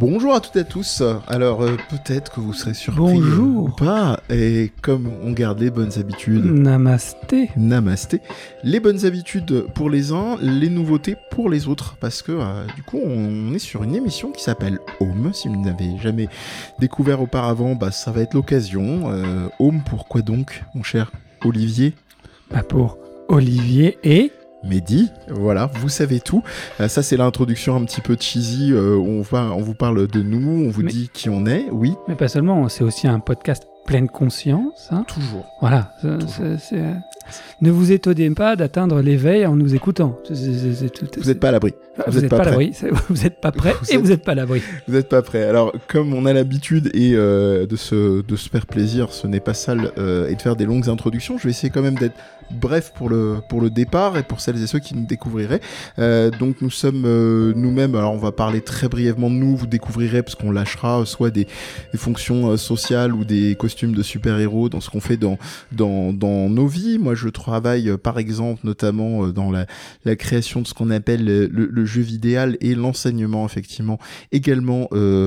Bonjour à toutes et à tous. Alors peut-être que vous serez surpris Bonjour. ou pas, et comme on garde les bonnes habitudes, Namasté. namasté, les bonnes habitudes pour les uns, les nouveautés pour les autres, parce que du coup on est sur une émission qui s'appelle Home. Si vous n'avez jamais découvert auparavant, ça va être l'occasion. Home, pourquoi donc, mon cher Olivier? Pour Olivier et... Mehdi, voilà, vous savez tout. Ça, c'est l'introduction un petit peu cheesy. On vous parle de nous, on vous dit qui on est, oui. Mais pas seulement, c'est aussi un podcast pleine conscience. Hein. Toujours. Voilà. Ne vous étonnez pas d'atteindre l'éveil en nous écoutant. Vous n'êtes pas à l'abri. Vous n'êtes pas à l'abri. Vous n'êtes pas prêt et vous n'êtes pas à l'abri. Vous n'êtes pas prêt. Alors, comme on a l'habitude et de se faire plaisir, ce n'est pas sale, et de faire des longues introductions, je vais essayer quand même d'être bref pour le départ et pour celles et ceux qui nous découvriraient. Donc nous sommes nous-mêmes, alors on va parler très brièvement de nous, vous découvrirez parce qu'on lâchera soit des fonctions sociales ou des costumes de super-héros dans ce qu'on fait dans nos vies. Moi je travaille par exemple notamment dans la création de ce qu'on appelle le jeu vidéo et l'enseignement effectivement également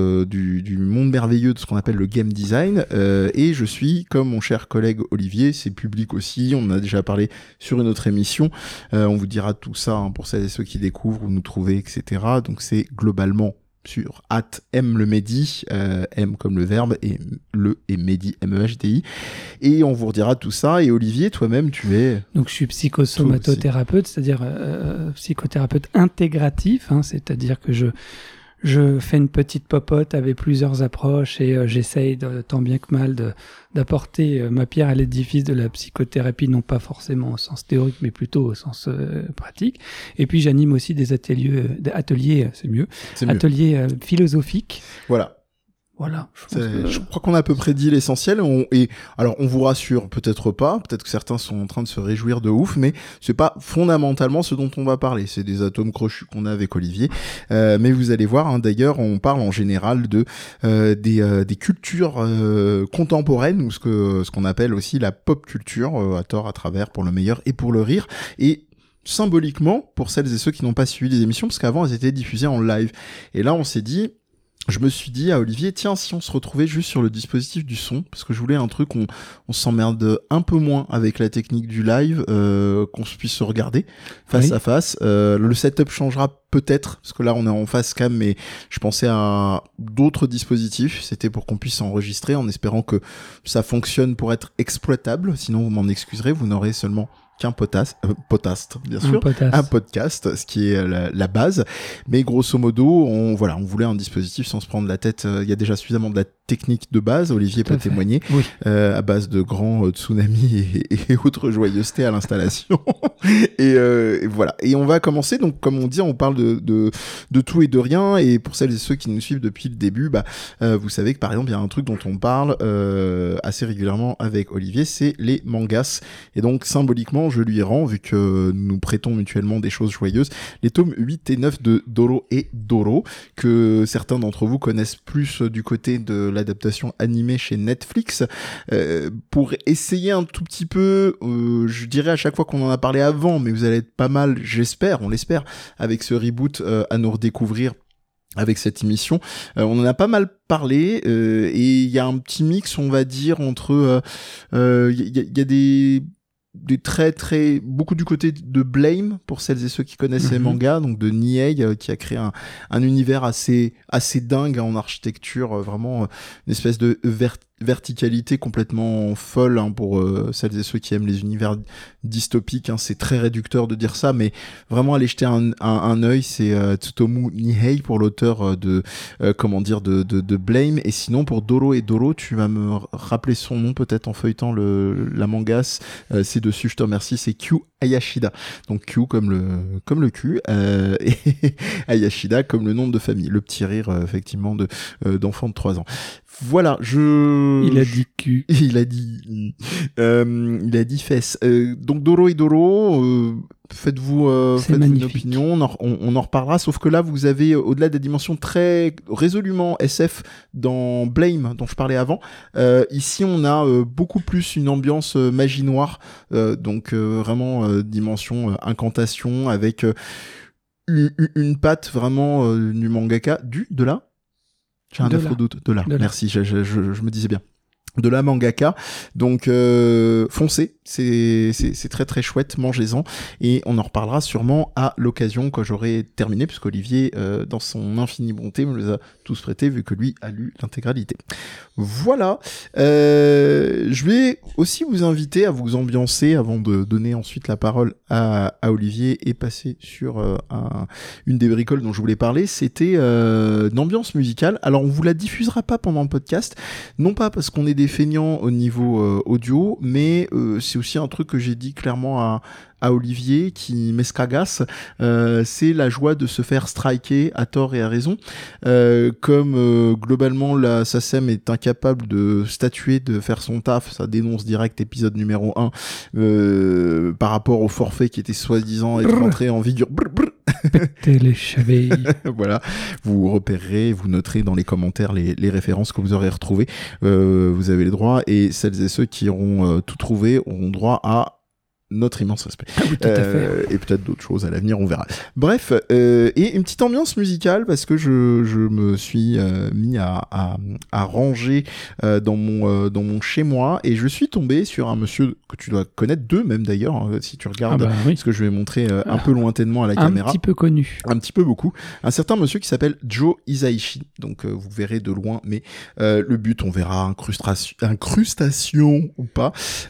du monde merveilleux de ce qu'on appelle le game design, et je suis comme mon cher collègue Olivier, c'est public aussi, on en a déjà parlé sur une autre émission, on vous dira tout ça pour celles et ceux qui découvrent où nous trouver, etc. Donc c'est globalement sur @mlemedi, M comme le verbe et Mehdi, MEHDI, et on vous redira tout ça. Et Olivier, toi-même tu es... Donc je suis psychosomatothérapeute, c'est-à-dire psychothérapeute intégratif, hein, c'est-à-dire que je fais une petite popote avec plusieurs approches et j'essaye tant bien que mal d'apporter ma pierre à l'édifice de la psychothérapie, non pas forcément au sens théorique, mais plutôt au sens pratique. Et puis j'anime aussi des ateliers, c'est mieux, ateliers philosophiques. Voilà, je crois qu'on a à peu près dit l'essentiel. Alors, on vous rassure, peut-être pas. Peut-être que certains sont en train de se réjouir de ouf, mais c'est pas fondamentalement ce dont on va parler. C'est des atomes crochus qu'on a avec Olivier. Mais vous allez voir, hein, d'ailleurs, on parle en général de des cultures contemporaines, ou ce qu'on appelle aussi la pop culture, à tort, à travers, pour le meilleur et pour le rire. Et symboliquement, pour celles et ceux qui n'ont pas suivi les émissions, parce qu'avant, elles étaient diffusées en live. Et là, je me suis dit à Olivier, tiens, si on se retrouvait juste sur le dispositif du son, parce que je voulais un truc où on s'emmerde un peu moins avec la technique du live, qu'on puisse se regarder face à face. Le setup changera peut-être, parce que là on est en face cam, mais je pensais à d'autres dispositifs. C'était pour qu'on puisse enregistrer en espérant que ça fonctionne pour être exploitable. Sinon vous m'en excuserez, vous n'aurez seulement qu'un podcast, bien sûr, un podcast, ce qui est la base. Mais grosso modo, on voulait un dispositif sans se prendre la tête. Il y a déjà suffisamment de la technique de base, Olivier peut témoigner, oui. À base de grands tsunamis et autres joyeusetés à l'installation. et voilà. Et on va commencer, donc comme on dit, on parle de tout et de rien. Et pour celles et ceux qui nous suivent depuis le début, vous savez que par exemple, il y a un truc dont on parle assez régulièrement avec Olivier, c'est les mangas. Et donc symboliquement, je lui rends, vu que nous prêtons mutuellement des choses joyeuses, les tomes 8 et 9 de Doro et Doro, que certains d'entre vous connaissent plus du côté de l'adaptation animée chez Netflix, pour essayer un tout petit peu, je dirais à chaque fois qu'on en a parlé avant, mais vous allez être pas mal, on l'espère, avec ce reboot à nous redécouvrir avec cette émission. On en a pas mal parlé, et il y a un petit mix, on va dire, entre... Il y a des très beaucoup du côté de Blame pour celles et ceux qui connaissent les mangas, donc de Nihei, qui a créé un univers assez dingue en architecture, vraiment une espèce de verticalité complètement folle, hein, pour celles et ceux qui aiment les univers dystopiques, hein. C'est très réducteur de dire ça, mais vraiment aller jeter un œil. C'est Tsutomu Nihei pour l'auteur de Blame. Et sinon pour Doro et Doro, tu vas me rappeler son nom peut-être en feuilletant la mangas, c'est dessus, je te remercie, c'est Kyu Hayashida, donc Q comme le cul, et Hayashida comme le nom de famille, le petit rire effectivement d'enfant de 3 ans. Voilà, il a dit cul. Il a dit fesses. Donc Doro et Doro, faites-vous une opinion, on en reparlera, sauf que là vous avez, au-delà des dimensions très résolument SF dans Blame dont je parlais avant, ici on a beaucoup plus une ambiance magie noire, donc vraiment dimension incantation, avec une patte vraiment du mangaka, de là J'ai un affreux doute. De là. Merci, je me disais bien. De la mangaka, donc foncez, c'est très très chouette, mangez-en, et on en reparlera sûrement à l'occasion quand j'aurai terminé, puisque Olivier, dans son infinie bonté, me les a tous prêtés, vu que lui a lu l'intégralité. Voilà, je vais aussi vous inviter à vous ambiancer avant de donner ensuite la parole à Olivier et passer sur une des bricoles dont je voulais parler. C'était une ambiance musicale. Alors on vous la diffusera pas pendant le podcast, non pas parce qu'on est des feignants au niveau audio, mais c'est aussi un truc que j'ai dit clairement à Olivier qui m'escagasse, c'est la joie de se faire striker à tort et à raison, comme globalement la SACEM est incapable de statuer, de faire son taf, ça dénonce direct épisode numéro 1 par rapport au forfait qui était soi-disant être rentré en vigueur. Péter les chevilles. Voilà, vous repérerez, vous noterez dans les commentaires les références que vous aurez retrouvées, vous avez les droits, et celles et ceux qui auront tout trouvé auront droit à notre immense respect. Ah oui, tout à fait. Et peut-être d'autres choses à l'avenir, on verra. Bref, et une petite ambiance musicale, parce que je me suis mis à ranger dans mon chez-moi, et je suis tombé sur un monsieur que tu dois connaître, deux même d'ailleurs, hein, si tu regardes, oui. parce que je vais montrer un peu lointainement à la caméra. Un petit peu connu. Un petit peu beaucoup. Un certain monsieur qui s'appelle Joe Hisaishi, donc vous verrez de loin, mais le but, on verra incrustation ou pas,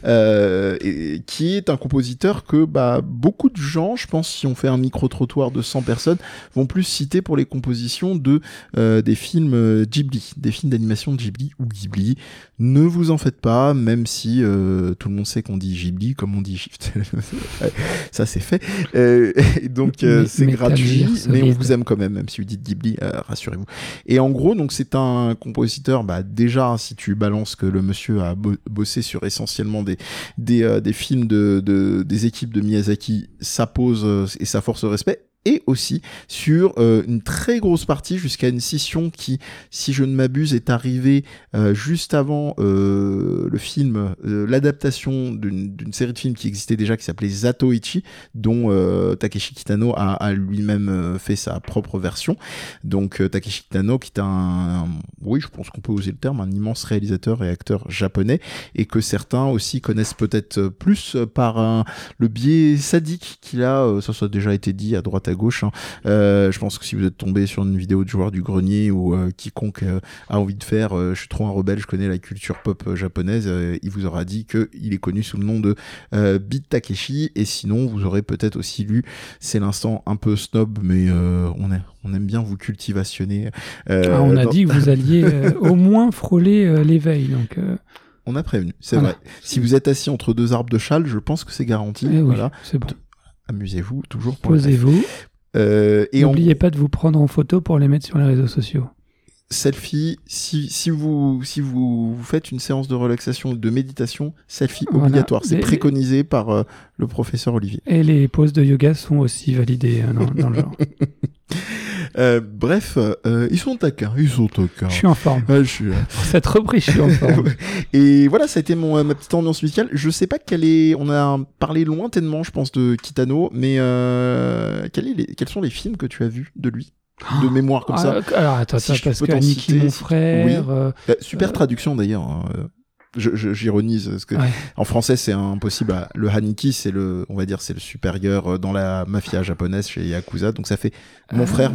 et qui est un compositeur que beaucoup de gens, je pense, si on fait un micro-trottoir de 100 personnes, vont plus citer pour les compositions de des films Ghibli, des films d'animation Ghibli ou Ghibli. Ne vous en faites pas, même si tout le monde sait qu'on dit Ghibli comme on dit Shift. Ça c'est fait. Donc c'est gratuit, mais on vous aime quand même si vous dites Ghibli, rassurez-vous. Et en gros, donc c'est un compositeur, déjà si tu balances que le monsieur a bossé sur essentiellement des films des équipes de Miyazaki, ça pose et ça force au respect. Et aussi sur une très grosse partie jusqu'à une scission qui, si je ne m'abuse, est arrivée juste avant le film, l'adaptation d'une série de films qui existait déjà, qui s'appelait Zatoichi, dont Takeshi Kitano a lui-même fait sa propre version. Donc Takeshi Kitano, qui est oui, je pense qu'on peut oser le terme, un immense réalisateur et acteur japonais, et que certains aussi connaissent peut-être plus par le biais sadique qu'il a, ça a déjà été dit à droite à gauche, hein. Je pense que si vous êtes tombé sur une vidéo de joueur du grenier ou quiconque a envie de faire je suis trop un rebelle, je connais la culture pop japonaise, il vous aura dit qu'il est connu sous le nom de Beat Takeshi. Et sinon vous aurez peut-être aussi lu, c'est l'instant un peu snob, mais on aime bien vous cultivationner. On a dit que vous alliez au moins frôler l'éveil, donc on a prévenu, c'est vrai. Si vous êtes assis entre deux arbres de châle, je pense que c'est garanti. Voilà. Oui, c'est bon. Amusez-vous toujours. Posez-vous. Et n'oubliez pas de vous prendre en photo pour les mettre sur les réseaux sociaux. Selfie, si vous faites une séance de relaxation ou de méditation, selfie obligatoire. C'est préconisé par le professeur Olivier. Et les poses de yoga sont aussi validées dans le genre. Bref, ils sont taquins. Je suis en forme. Pour cette reprise, je suis en forme. Et voilà, ça a été ma petite ambiance musicale. Je sais pas on a parlé lointainement, je pense, de Kitano, mais quels sont les films que tu as vus de lui? De mémoire comme ça. Alors attends, parce que Aniki, mon frère. Oui. Super traduction d'ailleurs. Hein. J'ironise parce que en français c'est impossible. Le Haniki, c'est le supérieur dans la mafia japonaise chez Yakuza. Donc ça fait mon frère.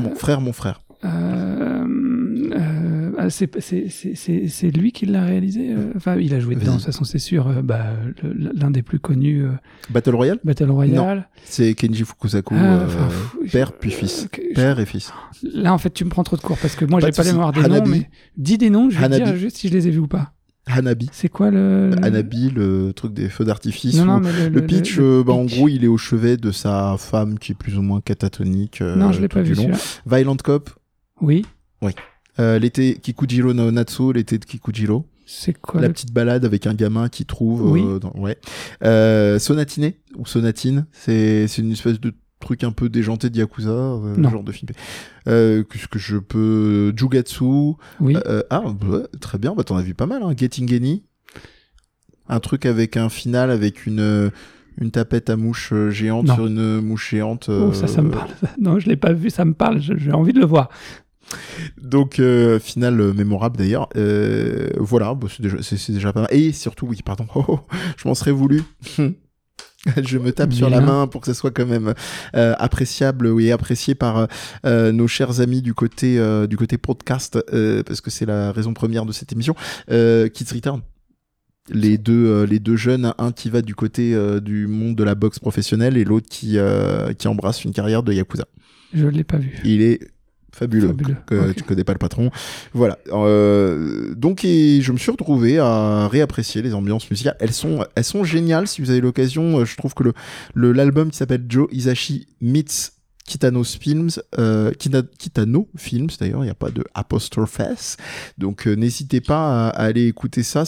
C'est lui qui l'a réalisé. Enfin, il a joué dedans. De toute façon, c'est sûr. L'un des plus connus. Battle Royale. Non, c'est Kenji Fukusaku, père puis fils. Père et fils. Là, en fait, tu me prends trop de cours parce que moi, j'ai pas les mémoires des noms. Mais dis des noms, je vais te dire juste si je les ai vus ou pas. Hanabi. C'est quoi le... Hanabi, le truc des feux d'artifice. Non, mais le pitch, en gros, il est au chevet de sa femme qui est plus ou moins catatonique. Non, je l'ai pas vu celui-là. Violent Cop. Oui. L'été Kikujiro no Natsu, l'été de Kikujiro. C'est quoi la petite balade avec un gamin qui trouve. Sonatine ou Sonatine, c'est une espèce de truc un peu déjanté de Yakuza, genre de film. Qu'est-ce que je peux... Jugatsu. Oui. Très bien, t'en as vu pas mal, hein. Getting Any. Un truc avec un final avec une tapette à mouche géante sur une mouche géante. Ça me parle. Non, je l'ai pas vu, ça me parle, j'ai envie de le voir. Donc, finale mémorable d'ailleurs. Voilà, bah, c'est déjà pas mal. Et surtout, oui, pardon, je m'en serais voulu. Je me tape sur la main pour que ça soit quand même appréciable et apprécié par nos chers amis du côté podcast, parce que c'est la raison première de cette émission. Kids Return. Les deux jeunes, un qui va du côté du monde de la boxe professionnelle et l'autre qui embrasse une carrière de Yakuza. Je l'ai pas vu. Il est fabuleux. Okay. Tu connais pas le patron. Voilà. Donc, je me suis retrouvé à réapprécier les ambiances musicales. Elles sont géniales. Si vous avez l'occasion, je trouve que l'album qui s'appelle Joe Hisaishi Meets Kitano Films, d'ailleurs, il n'y a pas de apostrophe S. Donc, n'hésitez pas à aller écouter ça.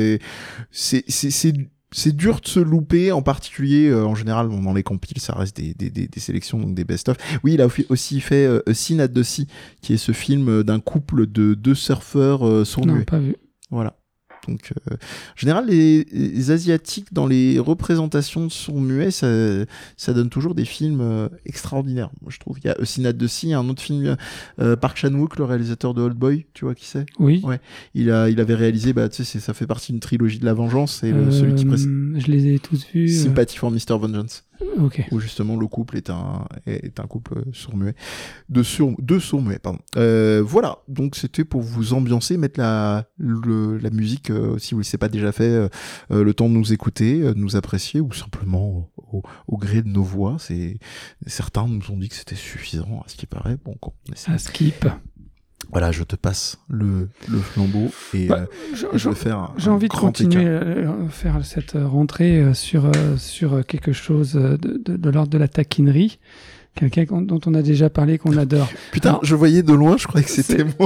C'est dur de se louper, en particulier, en général, dans les compiles, ça reste des sélections, donc des best-of. Oui, il a aussi fait A Scene at the Sea, qui est ce film d'un couple de deux surfeurs sourds-muets. Non, pas vu. Voilà. Donc, en général, les Asiatiques, dans les représentations de sourds-muets, ça donne toujours des films extraordinaires. Moi, je trouve qu'il y a A Scene at the Sea, un autre film, Park Chan-wook, le réalisateur de Old Boy, tu vois qui c'est ? Oui. Ouais. Il avait réalisé, tu sais, ça fait partie d'une trilogie de la vengeance, et celui qui précède. Je les ai tous vus. Sympathy for Mr. Vengeance. Okay. Où justement le couple est un couple sourd-muet, deux sourds-muets, pardon. Voilà, donc c'était pour vous ambiancer, mettre la musique, si vous ne l'avez pas déjà fait, le temps de nous écouter, de nous apprécier, ou simplement au gré de nos voix. Certains nous ont dit que c'était suffisant, à ce qui paraît. Bon, on essaie. À skip. Voilà, je te passe le flambeau et je vais faire j'ai envie de continuer à faire cette rentrée sur quelque chose de l'ordre de la taquinerie. Quelqu'un dont on a déjà parlé, qu'on adore. Putain, alors, je voyais de loin, je croyais que c'était moi.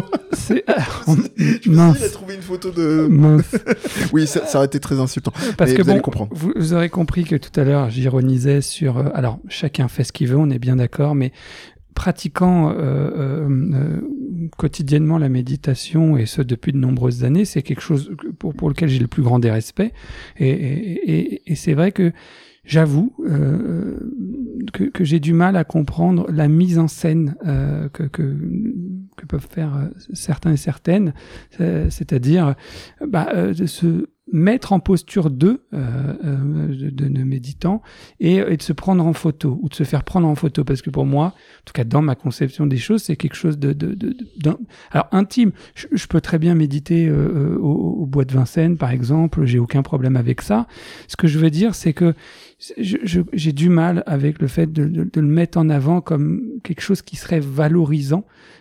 Je me suis dit, il a trouvé une photo de... Mince. Oui, ça aurait été très insultant. Parce que vous allez comprendre. Vous aurez compris que tout à l'heure, j'ironisais sur... alors, chacun fait ce qu'il veut, on est bien d'accord, mais pratiquant quotidiennement la méditation, et ce depuis de nombreuses années, c'est quelque chose pour lequel j'ai le plus grand des respects. Et c'est vrai que j'avoue que j'ai du mal à comprendre la mise en scène que peuvent faire certains et certaines, c'est-à-dire de se mettre en posture de méditant et de se prendre en photo, ou de se faire prendre en photo, parce que pour moi, en tout cas dans ma conception des choses, c'est quelque chose alors intime. Je peux très bien méditer au bois de Vincennes, par exemple, j'ai aucun problème avec ça. Ce que je veux dire, c'est que j'ai du mal avec le fait de le mettre en avant comme quelque chose qui serait valorisant,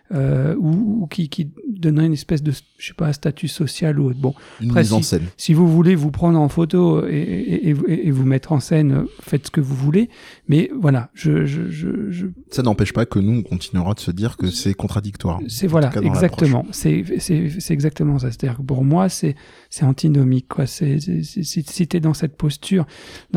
ou qui donnerait une espèce de, je sais pas, statut social ou autre. Bon, une mise en scène. Si vous voulez vous prendre en photo et vous mettre en scène, faites ce que vous voulez. Mais voilà, ça n'empêche pas que nous, on continuera de se dire que c'est contradictoire. C'est voilà, exactement. C'est exactement ça. C'est-à-dire que pour moi, c'est antinomique, quoi. Si t'es dans cette posture,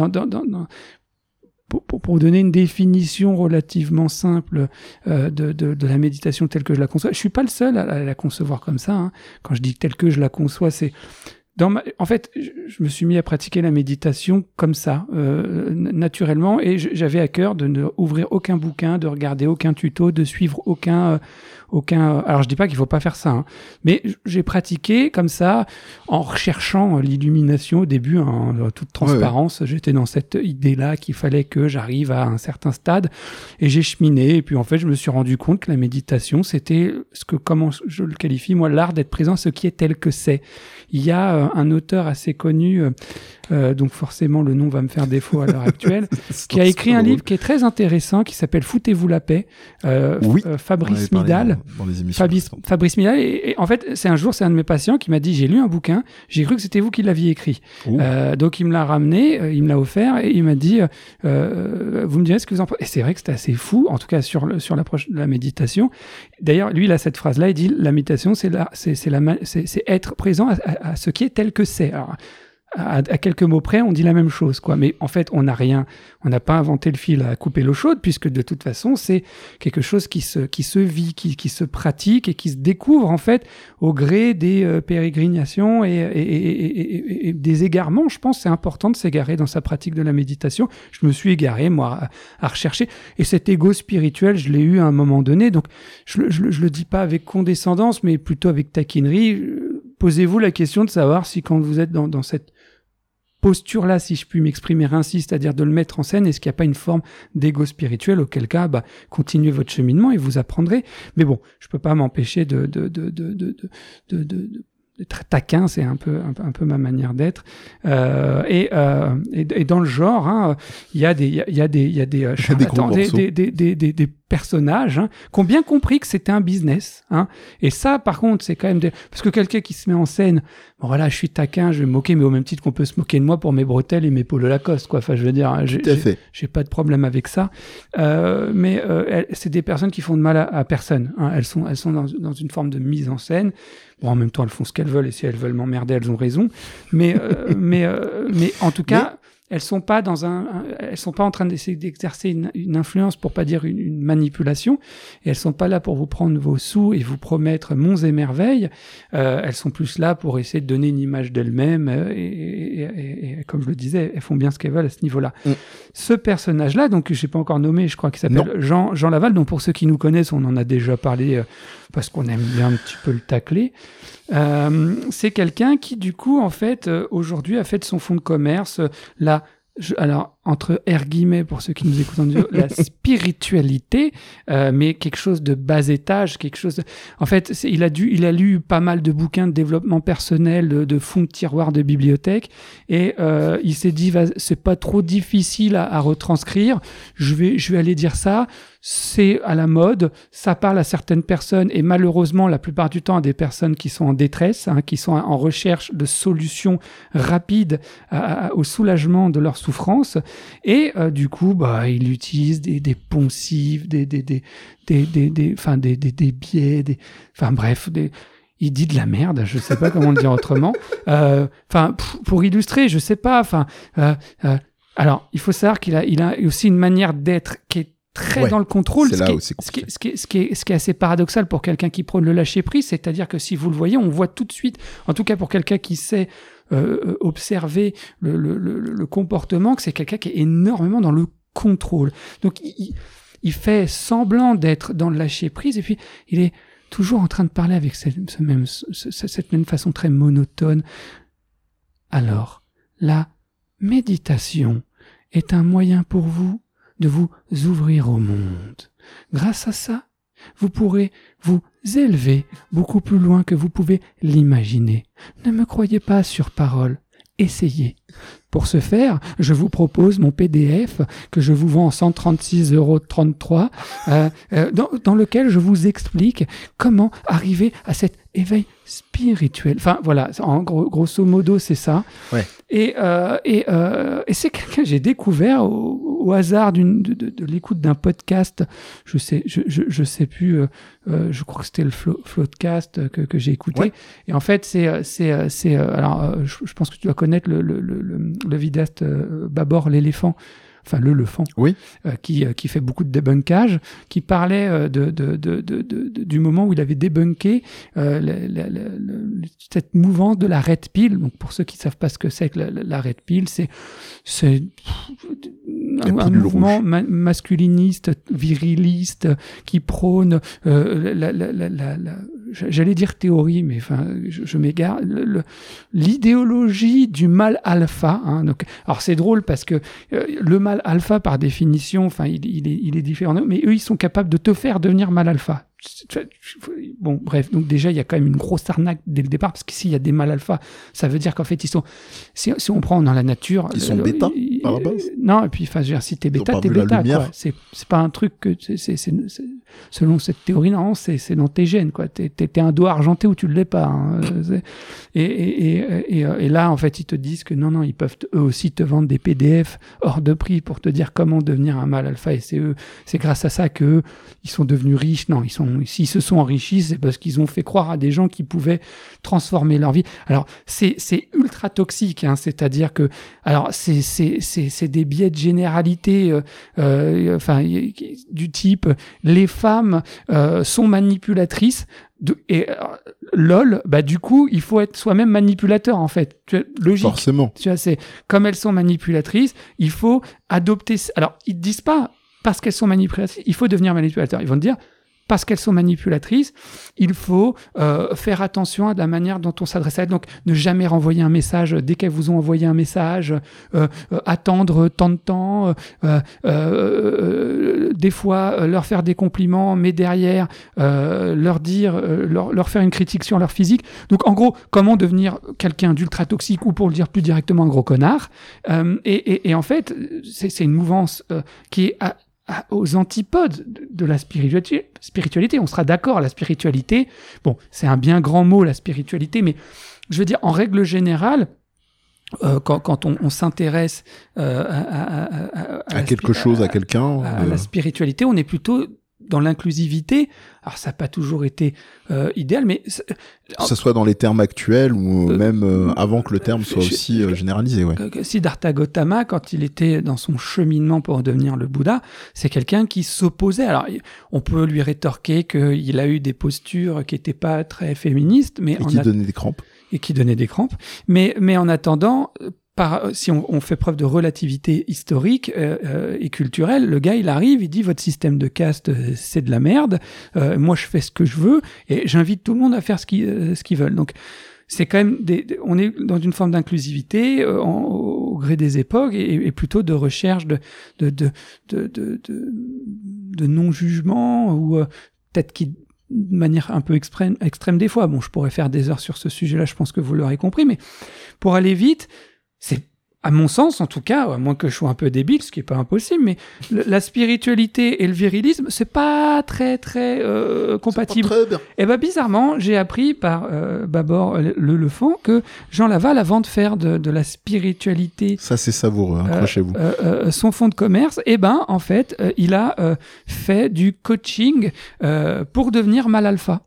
pour donner une définition relativement simple de la méditation telle que je la conçois, je suis pas le seul à la concevoir comme ça. Hein. Quand je dis telle que je la conçois, c'est en fait, je me suis mis à pratiquer la méditation comme ça, naturellement, et j'avais à cœur de ne ouvrir aucun bouquin, de regarder aucun tuto, de suivre aucun. Alors je dis pas qu'il faut pas faire ça, hein, mais j'ai pratiqué comme ça en recherchant l'illumination au début, en toute transparence. Ouais. J'étais dans cette idée-là qu'il fallait que j'arrive à un certain stade, et j'ai cheminé. Et puis en fait, je me suis rendu compte que la méditation, c'était comment je le qualifie moi, l'art d'être présent, ce qui est tel que c'est. Il y a un auteur assez connu, donc forcément le nom va me faire défaut à l'heure actuelle, qui a écrit un livre qui est très intéressant, qui s'appelle Foutez-vous la paix, Fabrice Midal. Dans les émissions. Fabrice Midal, et en fait, c'est un de mes patients qui m'a dit, j'ai lu un bouquin, j'ai cru que c'était vous qui l'aviez écrit. Donc il me l'a ramené, il me l'a offert, et il m'a dit, vous me direz ce que vous en pensez. Et c'est vrai que c'était assez fou, en tout cas sur l'approche de la méditation. D'ailleurs, lui, il a cette phrase-là, il dit, la méditation, c'est être présent à ce qui est tel que c'est. Alors, à quelques mots près, on dit la même chose, quoi. Mais en fait, on n'a pas inventé le fil à couper l'eau chaude, puisque de toute façon, c'est quelque chose qui se vit, qui se pratique et qui se découvre, en fait, au gré des pérégrinations et des égarements. Je pense que c'est important de s'égarer dans sa pratique de la méditation. Je me suis égaré, moi, à rechercher. Et cet ego spirituel, je l'ai eu à un moment donné. Donc, je le dis pas avec condescendance, mais plutôt avec taquinerie. Posez-vous la question de savoir si quand vous êtes dans cette posture-là, si je puis m'exprimer ainsi, c'est-à-dire de le mettre en scène, est-ce qu'il n'y a pas une forme d'ego spirituel, auquel cas, continuez votre cheminement et vous apprendrez. Mais bon, je peux pas m'empêcher d'être taquin, c'est un peu ma manière d'être. Et dans le genre, il y a des personnages qui ont bien compris que c'était un business. Et ça, par contre, c'est quand même parce que quelqu'un qui se met en scène, bon voilà, je suis taquin, je vais me moquer, mais au même titre qu'on peut se moquer de moi pour mes bretelles et mes polo Lacoste, quoi. Enfin, je veux dire, j'ai pas de problème avec ça. Mais c'est des personnes qui font de mal à personne. Elles sont dans une forme de mise en scène. Bon, en même temps, elles font ce qu'elles veulent, et si elles veulent m'emmerder, elles ont raison. Mais en tout cas, elles sont pas en train d'essayer d'exercer une influence, pour pas dire une manipulation, et elles sont pas là pour vous prendre vos sous et vous promettre monts et merveilles. Elles sont plus là pour essayer de donner une image d'elles-mêmes, et comme je le disais, elles font bien ce qu'elles veulent à ce niveau-là. Ce personnage-là, donc j'ai pas encore nommé, je crois qu'il s'appelle Jean Laval, donc pour ceux qui nous connaissent, on en a déjà parlé, parce qu'on aime bien un petit peu le tacler. C'est quelqu'un qui, du coup, en fait, aujourd'hui, a fait de son fonds de commerce alors, entre guillemets, pour ceux qui nous écoutent en audio, la spiritualité, mais quelque chose de bas étage, en fait, il a lu pas mal de bouquins de développement personnel, de fonds de tiroirs de bibliothèque, et il s'est dit, c'est pas trop difficile à retranscrire, je vais aller dire ça, c'est à la mode, ça parle à certaines personnes, et malheureusement, la plupart du temps, à des personnes qui sont en détresse, qui sont en recherche de solutions rapides au soulagement de leur souffrance. Et du coup, il utilise des poncifs, des biais, il dit de la merde, je sais pas comment le dire autrement. Pour illustrer, je sais pas. Alors, il faut savoir qu'il a aussi une manière d'être qui est très dans le contrôle, ce qui est assez paradoxal pour quelqu'un qui prône le lâcher-prise, c'est-à-dire que si vous le voyez, on voit tout de suite, en tout cas pour quelqu'un qui sait observer le comportement, que c'est quelqu'un qui est énormément dans le contrôle. Donc il fait semblant d'être dans le lâcher-prise, et puis il est toujours en train de parler avec cette même façon très monotone. Alors, la méditation est un moyen pour vous de vous ouvrir au monde. Grâce à ça, vous pourrez vous élever beaucoup plus loin que vous pouvez l'imaginer. Ne me croyez pas sur parole, essayez. Pour ce faire, je vous propose mon PDF que je vous vends en 136,33 €, dans lequel je vous explique comment arriver à cet éveil spirituel. Enfin, voilà, grosso modo, c'est ça. Ouais. Et c'est quelqu'un que j'ai découvert au hasard de l'écoute d'un podcast. Je sais plus. Je crois que c'était le Floatcast que j'ai écouté. Ouais. Et en fait, alors, je pense que tu dois connaître le vidéaste Babor l'éléphant. Enfin, l'éléphant, oui. Qui fait beaucoup de débunkage, qui parlait du moment où il avait débunké cette mouvance de la red pill. Donc, pour ceux qui ne savent pas ce que c'est que la red pill, c'est un mouvement masculiniste, viriliste, qui prône j'allais dire théorie, mais enfin, je m'égare, l'idéologie du mal alpha. Donc, alors c'est drôle parce que le mal alpha, par définition, enfin, il est différent, mais eux, ils sont capables de te faire devenir mal alpha. Bon, bref, donc déjà, il y a quand même une grosse arnaque dès le départ, parce que s'il y a des mal alpha, ça veut dire qu'en fait, ils sont, si on prend dans la nature, ils sont bêta. non, et puis, enfin, je veux dire, si t'es bêta, t'es bêta, quoi. C'est pas un truc que, selon cette théorie, non, c'est dans tes gènes, quoi. T'es un doigt argenté ou tu le l'es pas, hein. Et là, en fait, ils te disent que non, ils peuvent eux aussi te vendre des PDF hors de prix pour te dire comment devenir un mâle alpha, et c'est grâce à ça que ils sont devenus riches. Non, s'ils se sont enrichis, c'est parce qu'ils ont fait croire à des gens qui pouvaient transformer leur vie. Alors, c'est ultra toxique, hein, c'est-à-dire que, alors, c'est des biais de généralité, enfin, du type, les femmes sont manipulatrices, lol, bah du coup, il faut être soi-même manipulateur, en fait. Logique. Forcément. Tu vois, c'est comme elles sont manipulatrices, il faut adopter. Alors, ils te disent pas parce qu'elles sont manipulatrices, il faut devenir manipulateur. Ils vont te dire parce qu'elles sont manipulatrices, il faut faire attention à la manière dont on s'adresse à elles. Donc, ne jamais renvoyer un message dès qu'elles vous ont envoyé un message, attendre tant de temps, des fois leur faire des compliments, mais derrière leur dire, leur faire une critique sur leur physique. Donc, en gros, comment devenir quelqu'un d'ultra toxique, ou pour le dire plus directement, un gros connard. Et en fait, c'est une mouvance qui est aux antipodes de la spiritualité. On sera d'accord, la spiritualité, bon, c'est un bien grand mot, la spiritualité, mais je veux dire, en règle générale, quand on s'intéresse à quelque chose, à quelqu'un, à la spiritualité, on est plutôt dans l'inclusivité. Alors, ça n'a pas toujours été idéal, mais... Que ce soit dans les termes actuels ou même avant que le terme soit aussi généralisé. Ouais. Siddhartha Gautama, quand il était dans son cheminement pour devenir le Bouddha, c'est quelqu'un qui s'opposait. Alors, on peut lui rétorquer qu'il a eu des postures qui n'étaient pas très féministes, mais... Et qui donnaient des crampes. Et qui donnaient des crampes. Mais en attendant... si on fait preuve de relativité historique et culturelle, le gars, il arrive, il dit « Votre système de caste, c'est de la merde. Moi, je fais ce que je veux et j'invite tout le monde à faire ce qu'ils veulent. » Donc, c'est quand même on est dans une forme d'inclusivité au gré des époques et plutôt de recherche de non-jugement ou peut-être de manière un peu extrême des fois. Bon, je pourrais faire des heures sur ce sujet-là, je pense que vous l'aurez compris, mais pour aller vite, c'est, à mon sens, en tout cas, à moins que je sois un peu débile, ce qui est pas impossible, mais la spiritualité et le virilisme, c'est pas très compatible. C'est pas très bien. Et ben bizarrement, j'ai appris par Babor Lefant que Jean Laval, avant de faire de la spiritualité, ça c'est savoureux, accrochez-vous, son fonds de commerce, et ben en fait, il a fait du coaching pour devenir mâle alpha.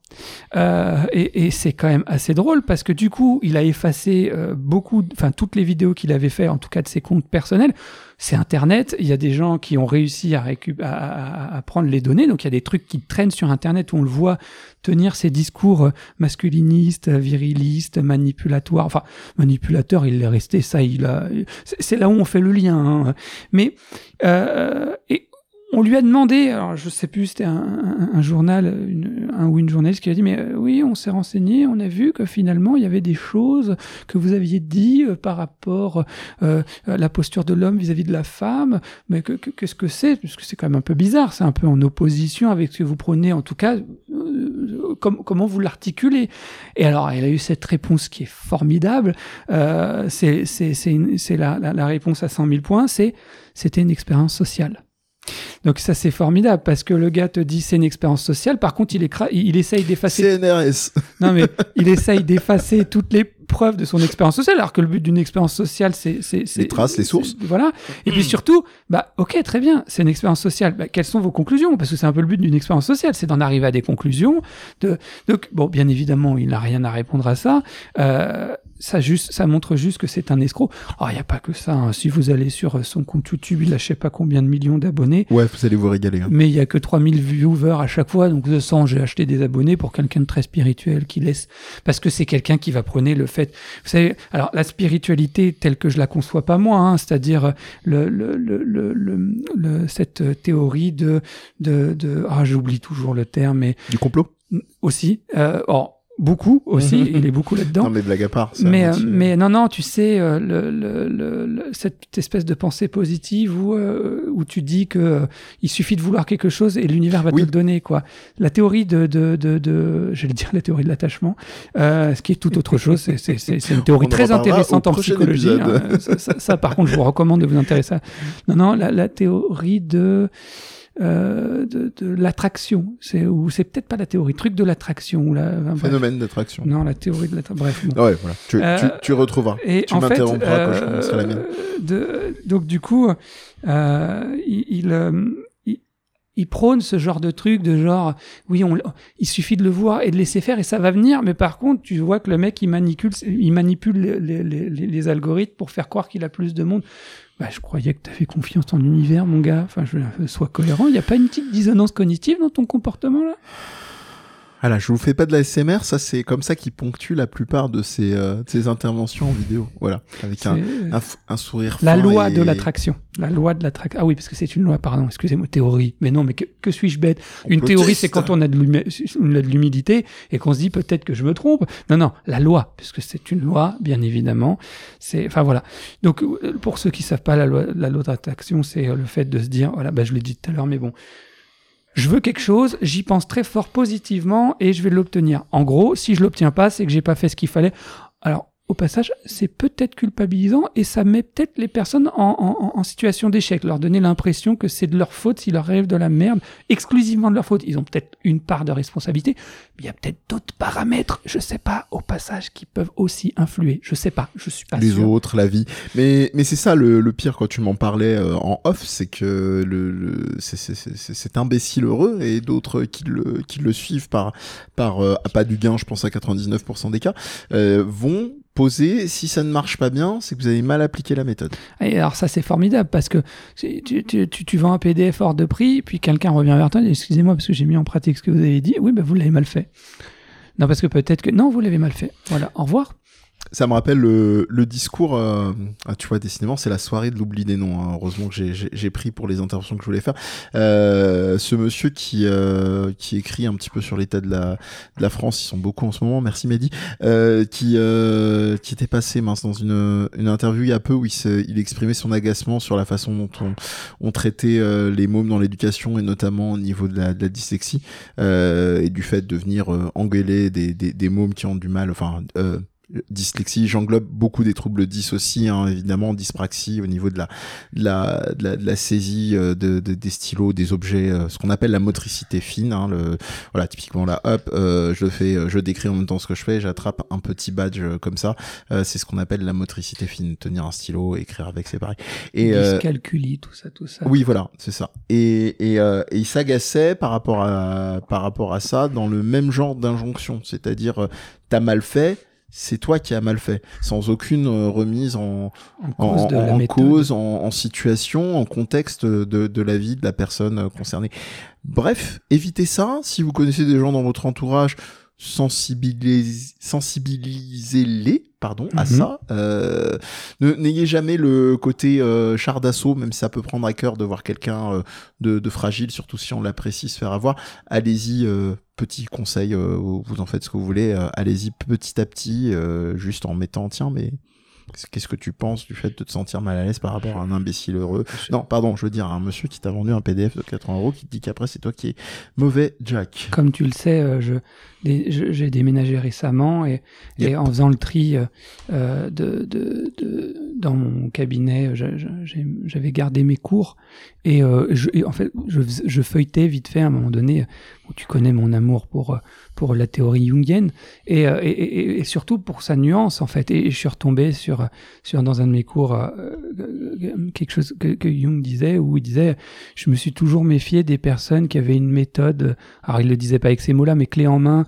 Et c'est quand même assez drôle parce que du coup, il a effacé toutes les vidéos qu'il avait fait, en tout cas de ses comptes personnels. C'est Internet, il y a des gens qui ont réussi à prendre les données, donc il y a des trucs qui traînent sur Internet où on le voit tenir ses discours masculinistes, virilistes, manipulatoires. Enfin, manipulateur, il est resté, ça, c'est là où on fait le lien. Hein. Mais et on lui a demandé, alors je sais plus, c'était un journal, ou une journaliste qui a dit, mais oui, on s'est renseigné, on a vu que finalement il y avait des choses que vous aviez dit par rapport à la posture de l'homme vis-à-vis de la femme, mais qu'est-ce que c'est? Parce que c'est quand même un peu bizarre, c'est un peu en opposition avec ce que vous prenez, en tout cas, comment vous l'articulez. Et alors, elle a eu cette réponse qui est formidable, c'est la réponse à 100 000 points, c'était une expérience sociale. Donc ça c'est formidable parce que le gars te dit c'est une expérience sociale, par contre il essaye d'effacer CNRS. Non mais il essaye d'effacer toutes les preuves de son expérience sociale, alors que le but d'une expérience sociale c'est les traces, les sources. Voilà. Et puis surtout, ok, très bien, c'est une expérience sociale. Quelles sont vos conclusions? Parce que c'est un peu le but d'une expérience sociale, c'est d'en arriver à des conclusions. Donc bon, bien évidemment, il n'a rien à répondre à ça. Ça montre juste que c'est un escroc. Oh, il n'y a pas que ça. Hein. Si vous allez sur son compte YouTube, il a je sais pas combien de millions d'abonnés. Ouais, vous allez vous régaler. Hein. Mais il n'y a que 3000 viewers à chaque fois. Donc, de ça, j'ai acheté des abonnés pour quelqu'un de très spirituel qui laisse... Parce que c'est quelqu'un qui va prôner le fait... Vous savez, alors, la spiritualité telle que je la conçois pas moi, hein, c'est-à-dire cette théorie j'oublie toujours le terme, mais... Du complot ? Aussi. beaucoup aussi, il est beaucoup là-dedans. Non, mais blague à part. Mais non, tu sais, cette espèce de pensée positive où tu dis que il suffit de vouloir quelque chose et l'univers va te le donner, quoi. La théorie j'allais dire la théorie de l'attachement, ce qui est tout autre chose. C'est une théorie très intéressante en psychologie. Ça, par contre, je vous recommande de vous intéresser. Non, la théorie de l'attraction, c'est peut-être pas la théorie, truc de l'attraction ou phénomène d'attraction. Non, la théorie de l'attraction. Bref. Bon. Ouais, voilà. Tu retrouveras. Et tu m'interrompras quand je commencerai la mienne. Donc du coup, il prône ce genre de truc, de genre, oui, il suffit de le voir et de laisser faire et ça va venir. Mais par contre, tu vois que le mec, il manipule les algorithmes pour faire croire qu'il a plus de monde. Bah, je croyais que tu avais confiance en l'univers, mon gars. Enfin, sois cohérent. Il n'y a pas une petite dissonance cognitive dans ton comportement, là? Voilà, je vous fais pas de la SMR, ça c'est comme ça qu'il ponctue la plupart de ces interventions en vidéo. Voilà, avec un sourire fin. La loi de l'attraction. La loi de l'attraction. Ah oui, parce que c'est une loi, pardon, excusez-moi, théorie. Mais non, mais que suis-je bête? Une théorie, c'est quand on a de l'humilité et qu'on se dit peut-être que je me trompe. Non, la loi, puisque c'est une loi, bien évidemment. Enfin voilà. Donc, pour ceux qui savent pas la loi d'attraction, c'est le fait de se dire, voilà, je l'ai dit tout à l'heure, mais bon. Je veux quelque chose, j'y pense très fort positivement et je vais l'obtenir. En gros, si je l'obtiens pas, c'est que j'ai pas fait ce qu'il fallait. Alors, au passage, c'est peut-être culpabilisant et ça met peut-être les personnes en situation d'échec, leur donner l'impression que c'est de leur faute s'il leur arrive de la merde, exclusivement de leur faute. Ils ont peut-être une part de responsabilité, mais il y a peut-être d'autres paramètres, je sais pas, au passage, qui peuvent aussi influer. Je sais pas, je suis pas sûr. Les autres, la vie. Mais c'est ça le pire quand tu m'en parlais en off, c'est que cet imbécile heureux et d'autres qui le suivent par appât du gain, je pense à 99% des cas, vont poser, si ça ne marche pas bien, c'est que vous avez mal appliqué la méthode. Et alors ça c'est formidable parce que tu vends un PDF hors de prix, puis quelqu'un revient vers toi et dit excusez-moi parce que j'ai mis en pratique ce que vous avez dit. Oui, vous l'avez mal fait. Non, parce que peut-être que non, vous l'avez mal fait. Voilà, au revoir. Ça me rappelle le discours, tu vois, décidément, c'est la soirée de l'oubli des noms. Hein. Heureusement que j'ai pris pour les interventions que je voulais faire. Ce monsieur qui écrit un petit peu sur l'état de la France, ils sont beaucoup en ce moment, merci Mehdi, qui était passé dans une interview il y a peu où il exprimait son agacement sur la façon dont on traitait les mômes dans l'éducation et notamment au niveau de la dyslexie et du fait de venir engueuler des mômes qui ont du mal, dyslexie, j'englobe beaucoup des troubles 10 aussi, hein, évidemment, dyspraxie au niveau de la saisie des stylos, des objets, ce qu'on appelle la motricité fine, hein, voilà, typiquement là, je décris en même temps ce que je fais, j'attrape un petit badge comme ça, c'est ce qu'on appelle la motricité fine, tenir un stylo, écrire avec, c'est pareil. Et dyscalculie, tout ça. Oui, voilà, c'est ça. Et il s'agaçait par rapport à ça dans le même genre d'injonction, c'est-à-dire t'as mal fait, c'est toi qui as mal fait, sans aucune remise en cause, en situation, en contexte de la vie de la personne concernée. Bref, évitez ça. Si vous connaissez des gens dans votre entourage, sensibilisez-les à ça. N'ayez jamais le côté char d'assaut, même si ça peut prendre à cœur de voir quelqu'un de fragile, surtout si on l'apprécie se faire avoir. Allez-y, petit conseil, vous en faites ce que vous voulez, allez-y petit à petit, juste en mettant, tiens, mais qu'est-ce que tu penses du fait de te sentir mal à l'aise par rapport à un imbécile heureux? Non, pardon, je veux dire un monsieur qui t'a vendu un PDF de 80 € qui te dit qu'après c'est toi qui es mauvais Jack. Comme tu le sais, j'ai déménagé récemment et en faisant le tri dans mon cabinet, j'avais gardé mes cours et en fait je feuilletais vite fait à un moment donné. Tu connais mon amour pour la théorie jungienne et surtout pour sa nuance en fait. Et je suis retombé sur dans un de mes cours quelque chose que Jung disait, où il disait je me suis toujours méfié des personnes qui avaient une méthode. Alors il le disait pas avec ces mots-là, mais clé en main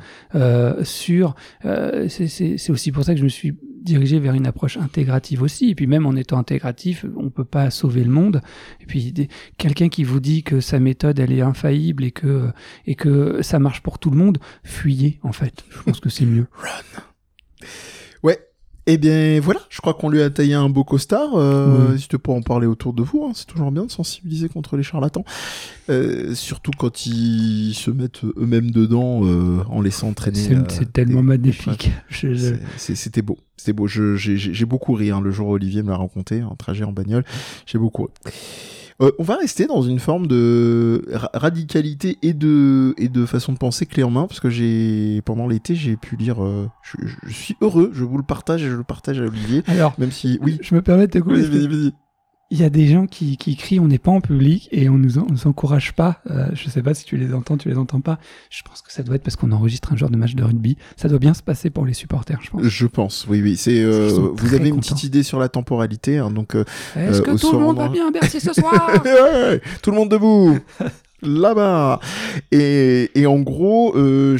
c'est aussi pour ça que je me suis dirigé vers une approche intégrative aussi. Et puis même en étant intégratif, on peut pas sauver le monde. Et puis quelqu'un qui vous dit que sa méthode elle est infaillible et que ça marche pour tout le monde, fuyez en fait. Je pense que c'est mieux. Run. Ouais. Eh bien voilà, je crois qu'on lui a taillé un beau costard. Oui. N'hésitez pas à en parler autour de vous, hein. C'est toujours bien de sensibiliser contre les charlatans. Surtout quand ils se mettent eux-mêmes dedans en laissant traîner. C'est tellement magnifique. C'était beau. C'était beau. J'ai beaucoup ri le jour où Olivier me l'a raconté, un trajet en bagnole. J'ai beaucoup ri. On va rester dans une forme de radicalité et de façon de penser clé en main, parce que pendant l'été, j'ai pu lire. Je suis heureux, je vous le partage et je le partage à Olivier. Alors, même si, oui. Je me permets de te couper. Vas-y. Il y a des gens qui crient, on n'est pas en public et on nous encourage pas. Je sais pas si tu les entends pas. Je pense que ça doit être parce qu'on enregistre un genre de match de rugby. Ça doit bien se passer pour les supporters, je pense. Je pense, oui. Vous avez une petite idée sur la temporalité, hein, donc. Est-ce que tout le monde va bien à Bercy ce soir? Ouais, tout le monde debout. Là-bas. Et en gros,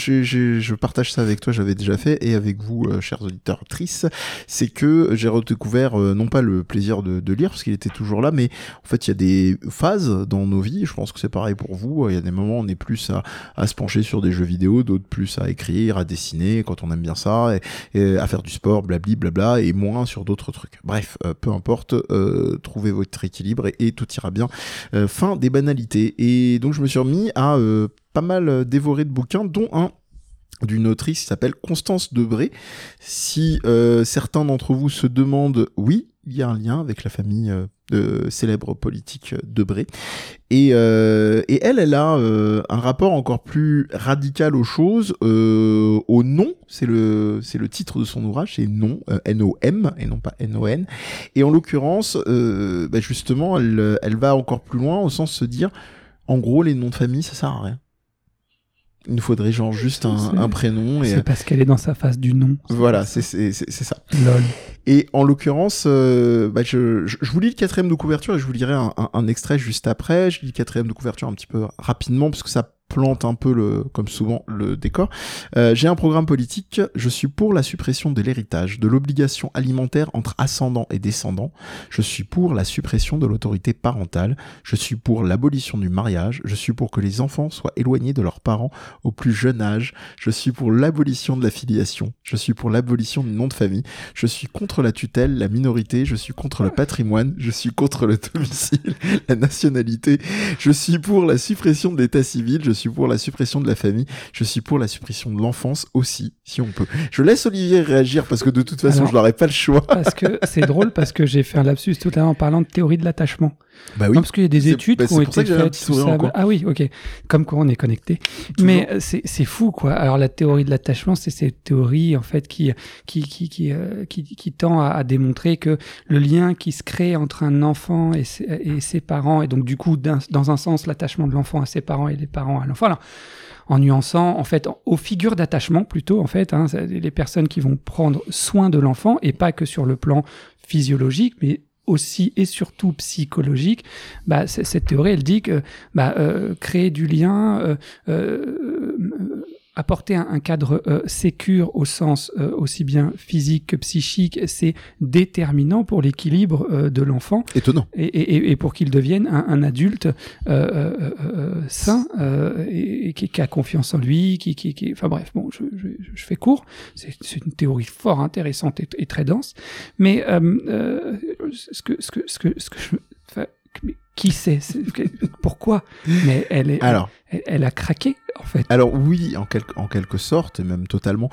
je partage ça avec toi, j'avais déjà fait, et avec vous, chers auditeurs, actrices, c'est que j'ai redécouvert, non pas le plaisir de lire, parce qu'il était toujours là, mais en fait, il y a des phases dans nos vies, je pense que c'est pareil pour vous, il y a des moments où on est plus à se pencher sur des jeux vidéo, d'autres plus à écrire, à dessiner, quand on aime bien ça, et à faire du sport, blabla, et moins sur d'autres trucs. Bref, peu importe, trouvez votre équilibre et tout ira bien. Fin des banalités. Et donc, je me suis remis à pas mal dévorer de bouquins, dont un d'une autrice qui s'appelle Constance Debré. Si certains d'entre vous se demandent, oui, il y a un lien avec la famille célèbre politique Debré. Et elle a un rapport encore plus radical aux choses, au nom. C'est le titre de son ouvrage, c'est nom, N-O-M, et non pas N-O-N. Et en l'occurrence, justement, elle va encore plus loin, au sens de se dire, en gros, les noms de famille, ça sert à rien. Il nous faudrait genre juste un prénom. C'est parce qu'elle est dans sa phase du nom. Voilà, c'est ça. Lol. Et en l'occurrence, je vous lis le 4e de couverture et je vous lirai un extrait juste après. Je lis le 4e de couverture un petit peu rapidement parce que ça plante un peu comme souvent le décor. J'ai un programme politique, je suis pour la suppression de l'héritage, de l'obligation alimentaire entre ascendants et descendants, je suis pour la suppression de l'autorité parentale, je suis pour l'abolition du mariage, je suis pour que les enfants soient éloignés de leurs parents au plus jeune âge, je suis pour l'abolition de la filiation, je suis pour l'abolition du nom de famille, je suis contre la tutelle, la minorité, je suis contre le patrimoine, je suis contre le domicile, la nationalité, je suis pour la suppression de l'état civil, je suis pour la suppression de la famille, je suis pour la suppression de l'enfance aussi, si on peut. Je laisse Olivier réagir parce que de toute façon, je n'aurai pas le choix. Parce que c'est drôle, parce que j'ai fait un lapsus tout à l'heure en parlant de théorie de l'attachement. Bah oui. Non, parce qu'il y a des études qui ont été faites. Ah oui, ok. Comme quoi on est connecté. Toujours. Mais c'est fou, quoi. Alors la théorie de l'attachement, c'est cette théorie en fait qui tend à démontrer que le lien qui se crée entre un enfant et ses parents, et donc du coup dans un sens l'attachement de l'enfant à ses parents et les parents à l'enfant. Alors, en nuançant, en fait, aux figures d'attachement plutôt, en fait, hein, les personnes qui vont prendre soin de l'enfant et pas que sur le plan physiologique, mais aussi et surtout psychologique. Cette théorie, elle dit que créer du lien, apporter un cadre sécure au sens aussi bien physique que psychique, c'est déterminant pour l'équilibre de l'enfant. Étonnant. Et pour qu'il devienne un adulte sain et qui a confiance en lui, enfin bref, bon, je fais court. C'est une théorie fort intéressante et très dense. Mais qui sait pourquoi? Mais elle a craqué, en fait. Alors oui, en quelque sorte, et même totalement.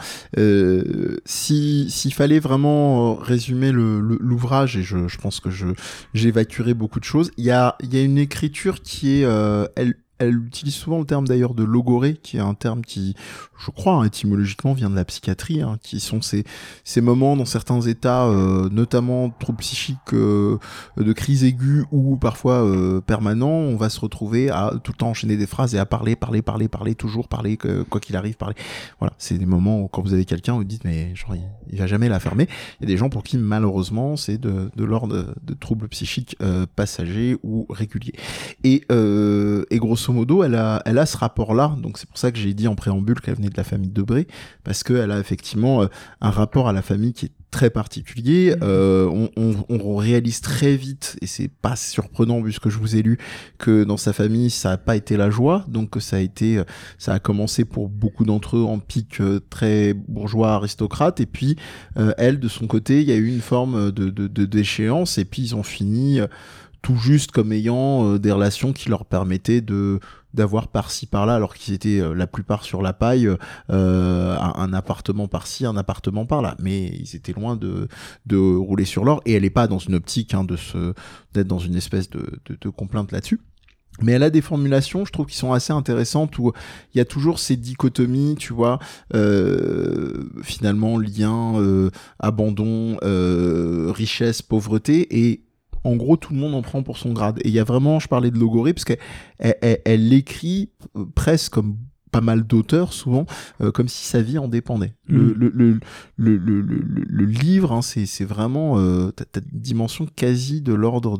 S'il fallait vraiment résumer l'ouvrage, et je pense que j'évacuerai beaucoup de choses, il y a une écriture qui est... Elle utilise souvent le terme d'ailleurs de logorée, qui est un terme qui, je crois, étymologiquement vient de la psychiatrie, hein, qui sont ces moments dans certains états, notamment troubles psychiques, de crise aiguë ou parfois permanents, on va se retrouver à tout le temps enchaîner des phrases et à parler, toujours parler, quoi qu'il arrive, parler. Voilà, c'est des moments où quand vous avez quelqu'un, vous dites mais genre il va jamais la fermer. Il y a des gens pour qui malheureusement c'est de l'ordre de troubles psychiques passagers ou réguliers. Et grosso modo, elle a ce rapport-là, donc c'est pour ça que j'ai dit en préambule qu'elle venait de la famille Debré, parce qu'elle a effectivement un rapport à la famille qui est très particulier. On réalise très vite, et c'est pas surprenant vu ce que je vous ai lu, que dans sa famille ça a pas été la joie, donc ça a commencé pour beaucoup d'entre eux en pic très bourgeois aristocrate, et puis elle de son côté il y a eu une forme de déchéance, et puis ils ont fini tout juste comme ayant des relations qui leur permettaient d'avoir par-ci par-là, alors qu'ils étaient la plupart sur la paille, un appartement par-ci, un appartement par-là, mais ils étaient loin de rouler sur l'or, et elle est pas dans une optique d'être dans une espèce de complainte là-dessus. Mais elle a des formulations, je trouve, qui sont assez intéressantes, où il y a toujours ces dichotomies, tu vois, finalement, lien, abandon, richesse, pauvreté, et en gros, tout le monde en prend pour son grade. Et il y a vraiment, je parlais de Logorée, parce qu'elle écrit presque comme pas mal d'auteurs, souvent, comme si sa vie en dépendait. Le livre, hein, c'est vraiment, t'as une dimension quasi de l'ordre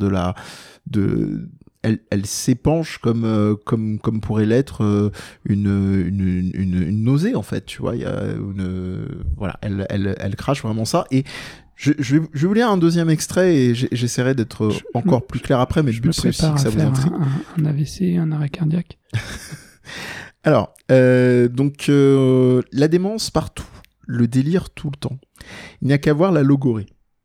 elle s'épanche comme pourrait l'être une nausée, en fait, tu vois. Il y a voilà, elle crache vraiment ça. Et je vais vous lire un deuxième extrait, et j'essaierai d'être encore plus clair après, mais le but c'est aussi que ça vous intrigue. Un AVC, un arrêt cardiaque. Alors, donc la démence partout, le délire tout le temps. Il n'y a qu'à voir la logorée.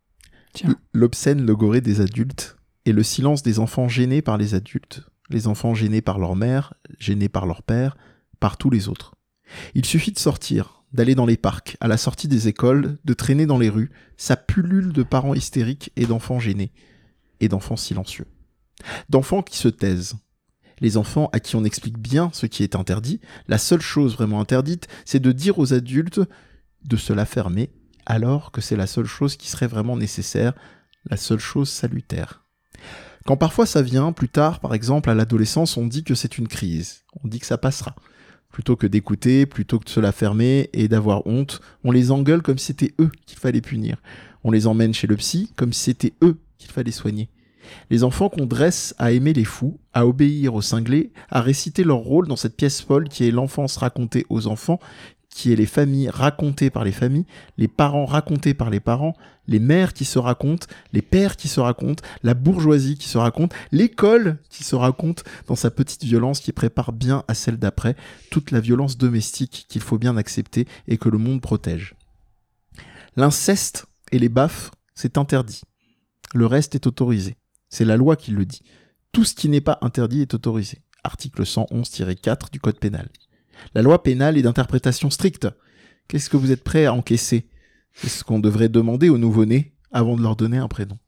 L'obscène logorée des adultes et le silence des enfants gênés par les adultes, les enfants gênés par leur mère, gênés par leur père, par tous les autres. Il suffit de sortir, d'aller dans les parcs, à la sortie des écoles, de traîner dans les rues, ça pullule de parents hystériques et d'enfants gênés, et d'enfants silencieux. D'enfants qui se taisent. Les enfants à qui on explique bien ce qui est interdit, la seule chose vraiment interdite, c'est de dire aux adultes de se la fermer, alors que c'est la seule chose qui serait vraiment nécessaire, la seule chose salutaire. Quand parfois ça vient, plus tard, par exemple, à l'adolescence, on dit que c'est une crise, on dit que ça passera. Plutôt que d'écouter, plutôt que de se la fermer et d'avoir honte, on les engueule comme si c'était eux qu'il fallait punir. On les emmène chez le psy comme si c'était eux qu'il fallait soigner. Les enfants qu'on dresse à aimer les fous, à obéir aux cinglés, à réciter leur rôle dans cette pièce folle qui est l'enfance racontée aux enfants, qui est les familles racontées par les familles, les parents racontés par les parents, les mères qui se racontent, les pères qui se racontent, la bourgeoisie qui se raconte, l'école qui se raconte dans sa petite violence qui prépare bien à celle d'après, toute la violence domestique qu'il faut bien accepter et que le monde protège. L'inceste et les baffes, c'est interdit. Le reste est autorisé. C'est la loi qui le dit. Tout ce qui n'est pas interdit est autorisé. Article 111-4 du Code pénal. La loi pénale est d'interprétation stricte. Qu'est-ce que vous êtes prêts à encaisser ? C'est ce qu'on devrait demander aux nouveau-nés avant de leur donner un prénom.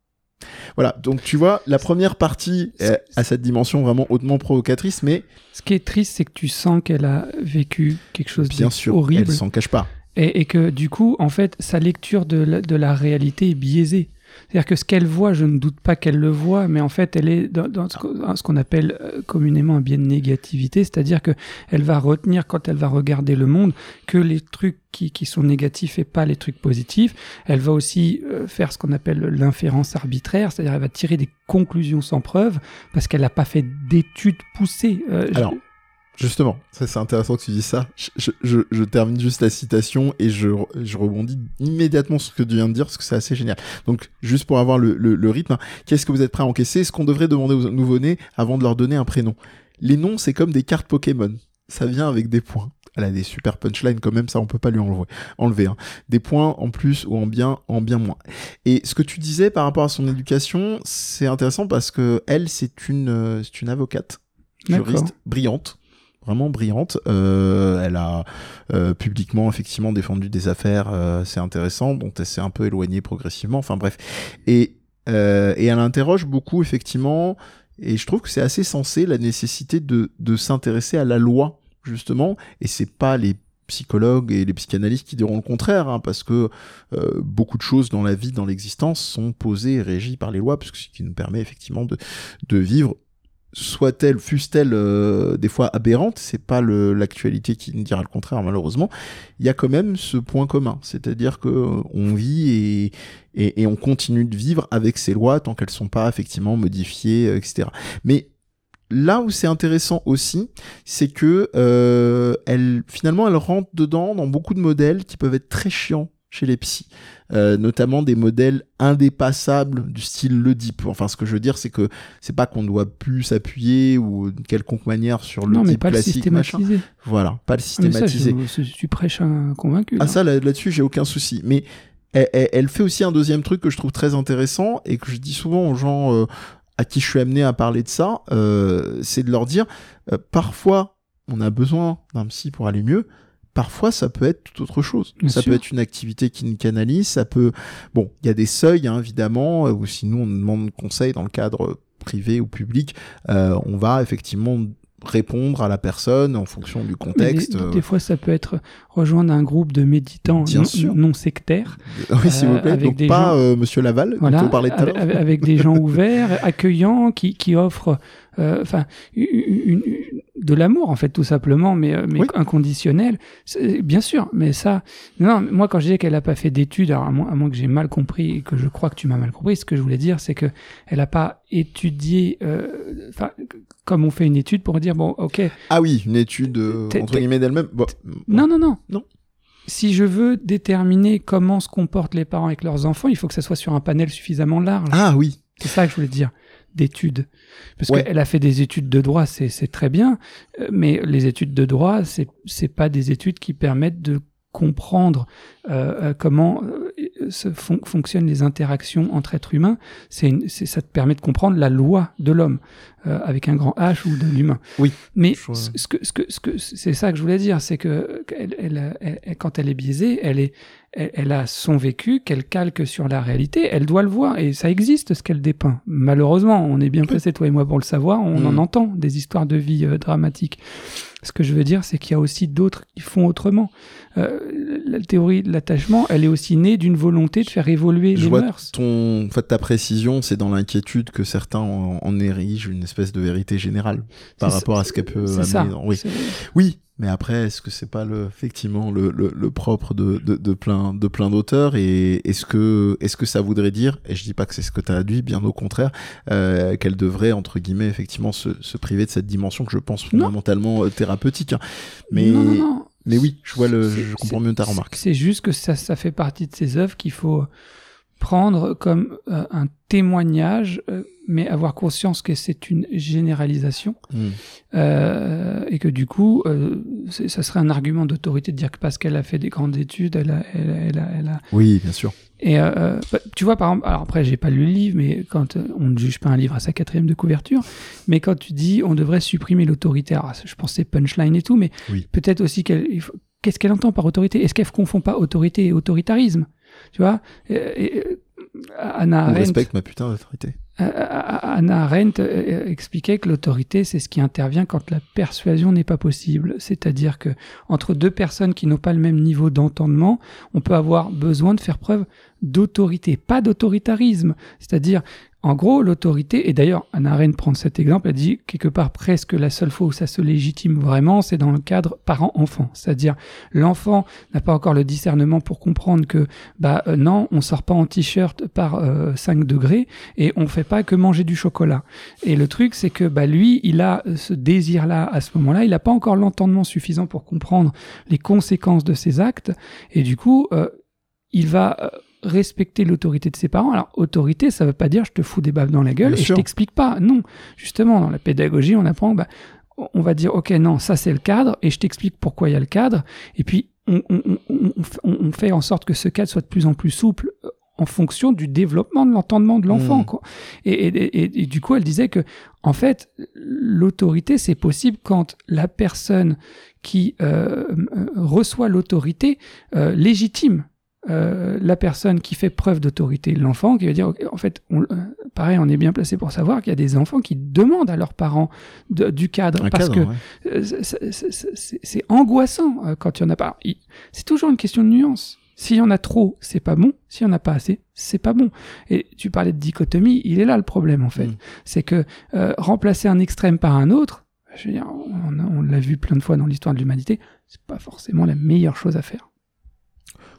Voilà, donc tu vois, la première partie a cette dimension vraiment hautement provocatrice, mais... Ce qui est triste, c'est que tu sens qu'elle a vécu quelque chose bien sûr, horrible. Elle s'en cache pas. Et que du coup, en fait, sa lecture de la réalité est biaisée. C'est-à-dire que ce qu'elle voit, je ne doute pas qu'elle le voit, mais en fait, elle est dans ce qu'on appelle communément un biais de négativité, c'est-à-dire qu'elle va retenir, quand elle va regarder le monde, que les trucs qui sont négatifs et pas les trucs positifs. Elle va aussi faire ce qu'on appelle l'inférence arbitraire, c'est-à-dire elle va tirer des conclusions sans preuve, parce qu'elle n'a pas fait d'études poussées. Alors... Justement, ça c'est intéressant que tu dises ça. Je termine juste la citation et je rebondis immédiatement sur ce que tu viens de dire parce que c'est assez génial. Donc, juste pour avoir le rythme, hein, qu'est-ce que vous êtes prêts à encaisser ? Est-ce qu'on devrait demander aux nouveau-nés avant de leur donner un prénom ? Les noms, c'est comme des cartes Pokémon. Ça vient avec des points. Elle a des super punchlines quand même, ça on peut pas lui enlever. Hein. Des points en plus ou en bien moins. Et ce que tu disais par rapport à son éducation, c'est intéressant parce que elle, c'est une avocate, juriste brillante. Vraiment brillante. Elle a publiquement effectivement défendu des affaires assez intéressantes dont elle s'est un peu éloignée progressivement. Enfin bref. Et elle interroge beaucoup effectivement. Et je trouve que c'est assez sensé la nécessité de s'intéresser à la loi justement. Et c'est pas les psychologues et les psychanalystes qui diront le contraire, hein, parce que beaucoup de choses dans la vie, dans l'existence, sont posées et régies par les lois, parce que c'est ce qui nous permet effectivement de vivre. Soit-elle, fût-elle des fois aberrante, c'est pas l'actualité qui nous dira le contraire malheureusement, il y a quand même ce point commun, c'est-à-dire que on vit et on continue de vivre avec ces lois tant qu'elles sont pas effectivement modifiées, etc. Mais là où c'est intéressant aussi, c'est que elle rentre dedans dans beaucoup de modèles qui peuvent être très chiants chez les psys, notamment des modèles indépassables du style l'Oedipe. Enfin, ce que je veux dire, c'est que c'est pas qu'on doit plus s'appuyer ou de quelconque manière sur l'Oedipe classique, machin. Voilà, pas le systématiser. Ça, je suis prêche convaincu. Ah, ça, là-dessus, j'ai aucun souci. Mais elle fait aussi un deuxième truc que je trouve très intéressant et que je dis souvent aux gens à qui je suis amené à parler de ça, c'est de leur dire, parfois, on a besoin d'un psy pour aller mieux. Parfois, ça peut être tout autre chose. Bien ça sûr. peut être une activité qui nous canalise, ça peut... Bon, il y a des seuils, hein, évidemment, ou si nous, on nous demande conseil dans le cadre privé ou public, on va effectivement répondre à la personne en fonction du contexte. Des fois, ça peut être rejoindre un groupe de méditants non sectaires. Oui, s'il vous plaît. Donc pas Monsieur Laval, voilà, dont on parlait tout à l'heure. Avec des gens ouverts, accueillants, qui offrent de l'amour, en fait, tout simplement, mais oui. Inconditionnel. Bien sûr, mais ça... Non, moi, quand je disais qu'elle n'a pas fait d'études, alors à moins que j'ai mal compris, et que je crois que tu m'as mal compris, ce que je voulais dire, c'est qu'elle n'a pas étudié... comme on fait une étude pour dire, bon, ok... Ah oui, une étude, entre guillemets, d'elle-même. Bon. Non. Si je veux déterminer comment se comportent les parents avec leurs enfants, il faut que ça soit sur un panel suffisamment large. Ah oui. C'est ça que je voulais dire, d'études. Parce qu'elle a fait des études de droit, c'est très bien, mais les études de droit, c'est pas des études qui permettent de comprendre comment fonctionnent les interactions entre êtres humains. Ça te permet de comprendre la loi de l'homme avec un grand H ou de l'humain. Oui. Mais c'est ça que je voulais dire, c'est que quand elle est biaisée, elle a son vécu qu'elle calque sur la réalité. Elle doit le voir et ça existe ce qu'elle dépeint. Malheureusement, on est bien placés, toi et moi, pour le savoir. On en entend des histoires de vie dramatiques. Ce que je veux dire, c'est qu'il y a aussi d'autres qui font autrement. La théorie de l'attachement, elle est aussi née d'une volonté de faire évoluer les mœurs. En fait, ta précision, c'est dans l'inquiétude que certains en érigent une espèce de vérité générale par rapport à ce qu'elle peut amener. Oui, mais après, est-ce que c'est pas effectivement le propre de plein d'auteurs, et est-ce que ça voudrait dire, et je dis pas que c'est ce que tu as dit, bien au contraire, qu'elle devrait, entre guillemets, effectivement se priver de cette dimension que je pense fondamentalement thérapeutique, hein. Non. Mais oui, je comprends mieux ta remarque. C'est juste que ça fait partie de ces œuvres qu'il faut prendre comme un témoignage, mais avoir conscience que c'est une généralisation, et que du coup, ça serait un argument d'autorité de dire que parce qu'elle a fait des grandes études, elle a... Oui, bien sûr. Et tu vois, par exemple, alors après, j'ai pas lu le livre, mais quand on ne juge pas un livre à sa 4e de couverture, mais quand tu dis on devrait supprimer l'autorité, alors je pense que c'est punchline et tout, mais peut-être aussi qu'est-ce qu'elle entend par autorité? Est-ce qu'elle ne confond pas autorité et autoritarisme? Tu vois, Hannah Arendt... On respecte ma putain d'autorité. Hannah Arendt expliquait que l'autorité, c'est ce qui intervient quand la persuasion n'est pas possible. C'est-à-dire que entre deux personnes qui n'ont pas le même niveau d'entendement, on peut avoir besoin de faire preuve d'autorité, pas d'autoritarisme. C'est-à-dire, en gros, l'autorité, et d'ailleurs, Hannah Arendt prend cet exemple, elle dit quelque part presque la seule fois où ça se légitime vraiment, c'est dans le cadre parent-enfant. C'est-à-dire, l'enfant n'a pas encore le discernement pour comprendre que, non, on sort pas en t-shirt par 5 degrés et on fait pas que manger du chocolat. Et le truc, c'est que, lui, il a ce désir-là à ce moment-là, il n'a pas encore l'entendement suffisant pour comprendre les conséquences de ses actes, et du coup, il va... respecter l'autorité de ses parents. Alors, autorité, ça veut pas dire je te fous des baffes dans la gueule je t'explique pas. Non. Justement, dans la pédagogie, on apprend, on va dire, ok, non, ça c'est le cadre, et je t'explique pourquoi il y a le cadre, et puis on fait en sorte que ce cadre soit de plus en plus souple en fonction du développement de l'entendement de l'enfant, quoi. Et du coup, elle disait que, en fait, l'autorité, c'est possible quand la personne qui reçoit l'autorité légitime la personne qui fait preuve d'autorité, l'enfant, qui va dire, en fait, pareil, on est bien placé pour savoir qu'il y a des enfants qui demandent à leurs parents du cadre, c'est angoissant quand il n'y en a pas. C'est toujours une question de nuance. S'il y en a trop, c'est pas bon. S'il y en a pas assez, c'est pas bon. Et tu parlais de dichotomie, il est là le problème, en fait. C'est que remplacer un extrême par un autre, je veux dire, on l'a vu plein de fois dans l'histoire de l'humanité, c'est pas forcément la meilleure chose à faire.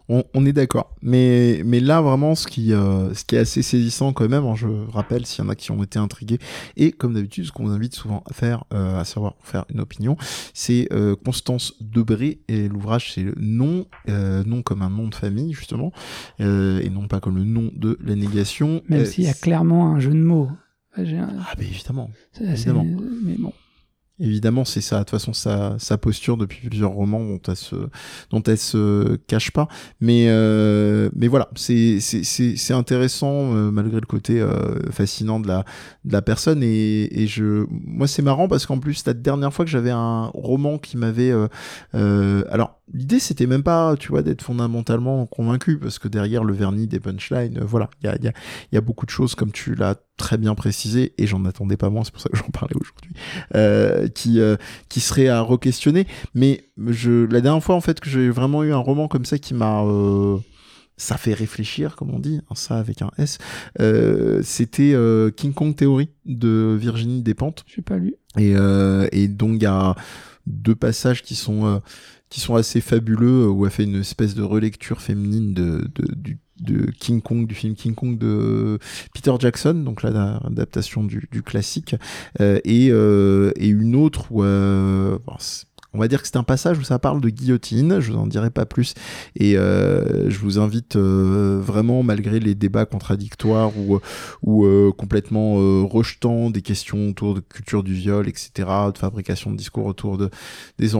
On est d'accord. Mais là, vraiment, ce qui est assez saisissant quand même, je rappelle, s'il y en a qui ont été intrigués, et comme d'habitude, ce qu'on vous invite souvent à faire, à savoir faire une opinion, c'est Constance Debré, et l'ouvrage, c'est nom comme un nom de famille, justement, et non pas comme le nom de la négation. Même s'il y a clairement un jeu de mots. Ah, mais évidemment. Mais bon. Évidemment, c'est ça. De toute façon, sa posture depuis plusieurs romans dont elle se cache pas. Mais voilà, c'est intéressant malgré le côté fascinant de la personne. Et moi, c'est marrant parce qu'en plus, la dernière fois que j'avais un roman qui m'avait, alors l'idée c'était même pas, tu vois, d'être fondamentalement convaincu parce que derrière le vernis des punchlines, voilà, il y a beaucoup de choses comme tu l'as très bien précisé et j'en attendais pas moins, c'est pour ça que j'en parlais aujourd'hui, qui serait à re-questionner. Mais la dernière fois en fait que j'ai vraiment eu un roman comme ça qui m'a ça fait réfléchir, comme on dit, ça avec un S, c'était King Kong Theory de Virginie Despentes. J'ai pas lu. Et donc il y a 2 passages qui sont assez fabuleux, où elle fait une espèce de relecture féminine de King Kong, du film King Kong de Peter Jackson, donc l'adaptation du classique, et une autre où on va dire que c'est un passage où ça parle de guillotine, je vous en dirai pas plus, et je vous invite vraiment, malgré les débats contradictoires ou complètement rejetant des questions autour de culture du viol, etc., de fabrication de discours autour des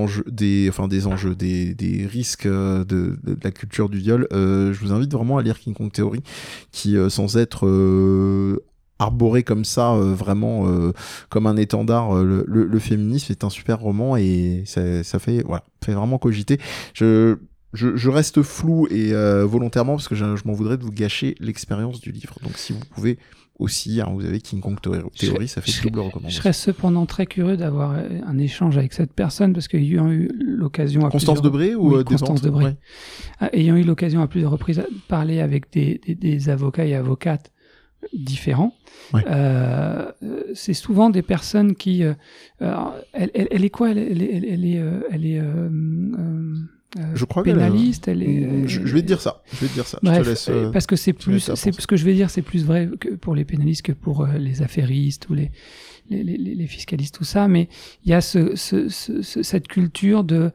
risques de la culture du viol, je vous invite vraiment à lire King Kong Theory, qui sans être arboré comme ça, vraiment comme un étendard, le féminisme est un super roman et ça fait vraiment cogiter. Je reste flou et volontairement parce que je m'en voudrais de vous gâcher l'expérience du livre. Donc si vous pouvez aussi, vous avez King Kong Theory, ça fait double recommandation. Je serais cependant très curieux d'avoir un échange avec cette personne parce qu'ayant eu l'occasion à Constance Debré ou Constance Debré, ouais. Ayant eu l'occasion à plusieurs reprises de parler avec des avocats et avocates différents, ouais. C'est souvent des personnes qui elle est quoi, elle est je crois pénaliste, je vais te dire ça. Bref, je te laisse, parce que c'est ce que je vais dire, c'est plus vrai que pour les pénalistes que pour les affairistes ou les fiscalistes, tout ça, mais il y a cette culture de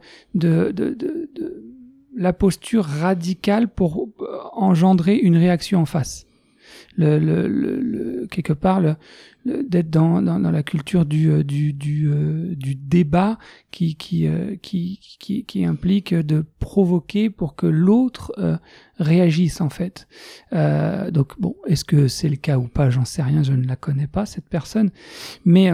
la posture radicale pour engendrer une réaction en face. Quelque part d'être dans la culture du débat qui implique de provoquer pour que l'autre réagisse en fait. Donc bon, est-ce que c'est le cas ou pas, j'en sais rien, je ne la connais pas cette personne, mais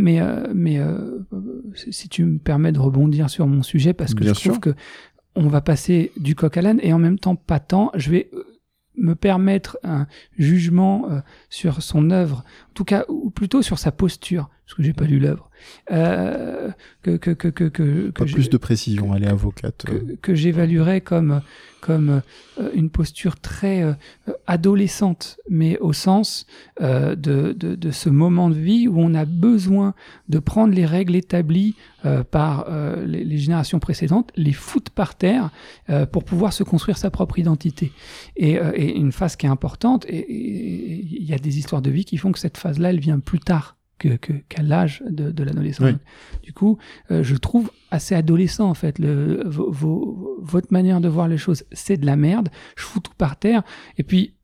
si tu me permets de rebondir sur mon sujet, parce que bien je trouve que on va passer du coq à l'âne et en même temps pas tant, je vais me permettre un jugement sur son œuvre, en tout cas, ou plutôt sur sa posture, parce que j'ai pas lu l'œuvre. Pas plus de précision, elle est avocate. Que j'évaluerais comme une posture très adolescente, mais au sens de ce moment de vie où on a besoin de prendre les règles établies par les générations précédentes, les foutre par terre pour pouvoir se construire sa propre identité. Et une phase qui est importante, et il y a des histoires de vie qui font que cette phase-là, elle vient plus tard qu'à l'âge de l'adolescence. Oui. Du coup, je trouve assez adolescent en fait. Votre manière de voir les choses, c'est de la merde. Je fous tout par terre. Et puis,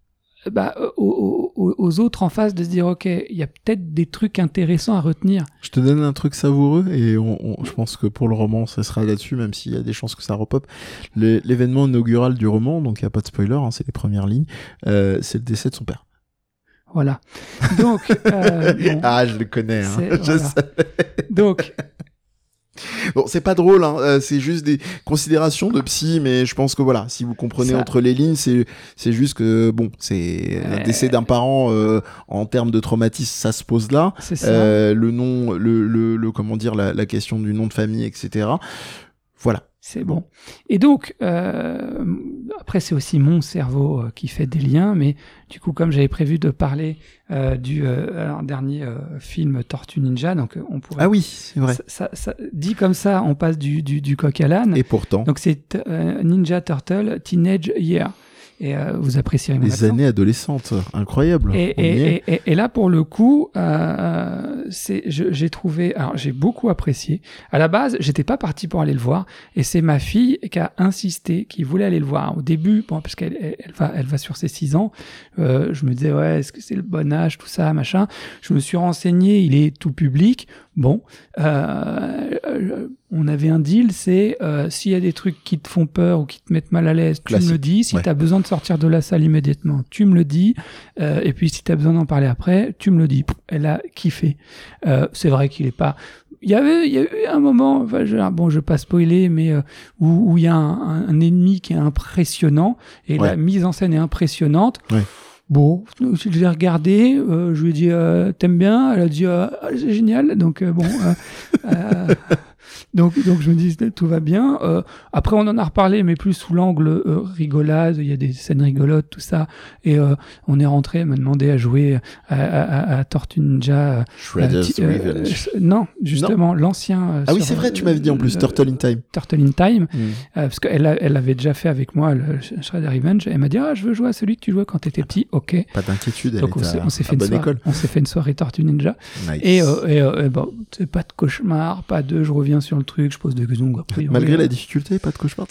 aux autres en face de se dire, ok, il y a peut-être des trucs intéressants à retenir. Je te donne un truc savoureux et je pense que pour le roman, ça sera là-dessus, même s'il y a des chances que ça repop. L'événement inaugural du roman, donc il n'y a pas de spoiler, c'est les premières lignes, c'est le décès de son père. Voilà. Donc, bon, je le connais. Je savais. Donc, bon, c'est pas drôle, c'est juste des considérations de psy, mais je pense que voilà, si vous comprenez entre les lignes, c'est juste que bon, c'est le décès d'un parent en termes de traumatisme, ça se pose là. C'est ça. Le nom, comment dire, la question du nom de famille, etc. Voilà. C'est bon. Et donc, après, c'est aussi mon cerveau qui fait des liens, mais du coup, comme j'avais prévu de parler du dernier film Tortue Ninja, donc on pourrait... Ah oui, c'est vrai. Ça, dit comme ça, on passe du coq à l'âne. Et pourtant... Donc c'est Ninja Turtle Teenage Year. Et vous apprécierez mon accent. Les années adolescentes, incroyable. Et là, pour le coup, j'ai trouvé... Alors, j'ai beaucoup apprécié. À la base, j'étais pas parti pour aller le voir. Et c'est ma fille qui a insisté, qui voulait aller le voir. Au début, bon, parce qu'elle va sur ses 6 ans, je me disais, ouais, est-ce que c'est le bon âge, tout ça, machin. Je me suis renseigné, il est tout public. Bon, on avait un deal, c'est s'il y a des trucs qui te font peur ou qui te mettent mal à l'aise, tu me le dis. Si tu as besoin de sortir de la salle immédiatement, tu me le dis. Et puis si tu as besoin d'en parler après, tu me le dis. Elle a kiffé. C'est vrai qu'il est pas... Il y a eu un moment, enfin, je vais pas spoiler, mais où il y a un ennemi qui est impressionnant et la mise en scène est impressionnante. Ouais. Bon, je l'ai regardé, je lui ai dit t'aimes bien, elle a dit c'est génial, donc bon, donc je me dis tout va bien. Après on en a reparlé, mais plus sous l'angle rigolade, il y a des scènes rigolotes, tout ça, et on est rentré, elle m'a demandé à jouer à Tortue Ninja. Shredder's Revenge. Non, justement l'ancien. Ah oui c'est vrai, tu m'avais dit en plus Turtle in Time. Turtle in Time, parce qu'elle avait déjà fait avec moi le Shredder's Revenge. Elle m'a dit je veux jouer à celui que tu jouais quand t'étais petit. Ok. Pas d'inquiétude, elle donc on s'est fait une soirée Tortue Ninja. Nice. Et bon, c'est pas de cauchemar, pas de je reviens sur le truc, je pose des questions. Malgré la difficulté, pas de cauchemar.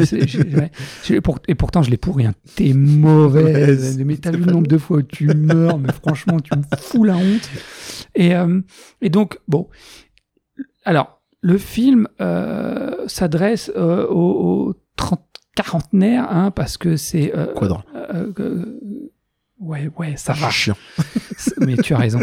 Et pourtant je l'ai pour rien. T'es mauvaise. Mais t'as vu le nombre de fois où tu meurs, mais franchement tu me fous la honte. Et donc bon, alors le film s'adresse aux 40-quarantenaires, hein, parce que c'est Quadrant. Ouais, ça va. Chiant. Mais tu as raison.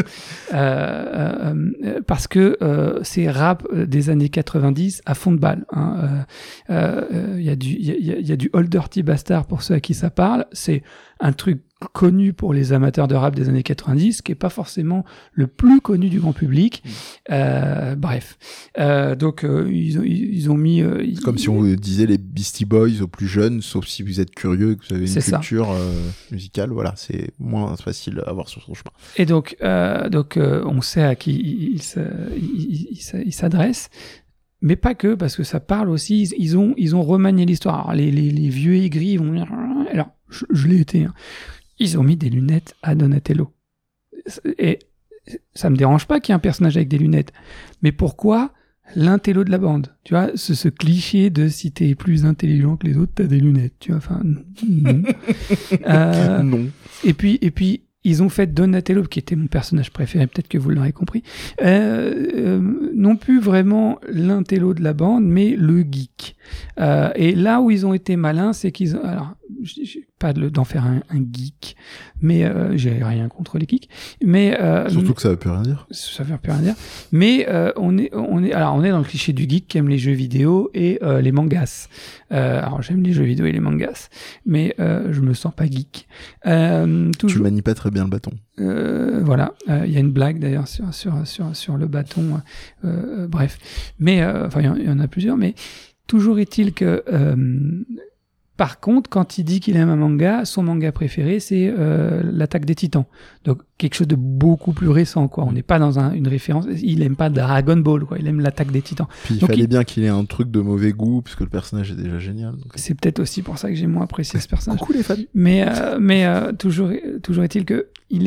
Parce que c'est rap des années 90 à fond de balle. Il y a du Old Dirty Bastard pour ceux à qui ça parle. C'est un truc connu pour les amateurs de rap des années 90, qui est pas forcément le plus connu du grand public. Bref. Donc, ils ont mis... C'est comme si on vous disait les Beastie Boys aux plus jeunes, sauf si vous êtes curieux et que vous avez une culture musicale. Voilà, c'est moins facile à avoir sur son chemin. Et donc on sait à qui il s'adresse. Mais pas que, parce que ça parle aussi, ils ont remanié l'histoire. Alors, les vieux aigris vont dire, alors, je l'ai été, hein. Ils ont mis des lunettes à Donatello. Et ça me dérange pas qu'il y ait un personnage avec des lunettes. Mais pourquoi l'intello de la bande? Tu vois, ce cliché de si t'es plus intelligent que les autres, t'as des lunettes. Tu vois, enfin, non. Non. Et puis, ils ont fait Donatello, qui était mon personnage préféré, peut-être que vous l'aurez compris, non plus vraiment l'intello de la bande, mais le geek. Et là où ils ont été malins, c'est qu'ils ont... Alors, j'ai pas d'en faire un geek, mais j'ai rien contre les geeks. Mais surtout que ça veut plus rien dire. Ça veut plus rien dire. Mais on est dans le cliché du geek qui aime les jeux vidéo et les mangas. Alors j'aime les jeux vidéo et les mangas, mais je me sens pas geek. Tu manies pas très bien le bâton. Voilà, il y a une blague d'ailleurs sur le bâton. Bref, mais enfin il y en a plusieurs, mais toujours est-il que par contre, quand il dit qu'il aime un manga, son manga préféré, c'est l'Attaque des Titans. Donc, quelque chose de beaucoup plus récent, quoi. On n'est pas dans une référence... Il aime pas Dragon Ball, quoi. Il aime l'Attaque des Titans. Puis il fallait bien qu'il ait un truc de mauvais goût, parce que le personnage est déjà génial. Donc... C'est peut-être aussi pour ça que j'ai moins apprécié ce personnage. Coucou les fans. Mais toujours est-il que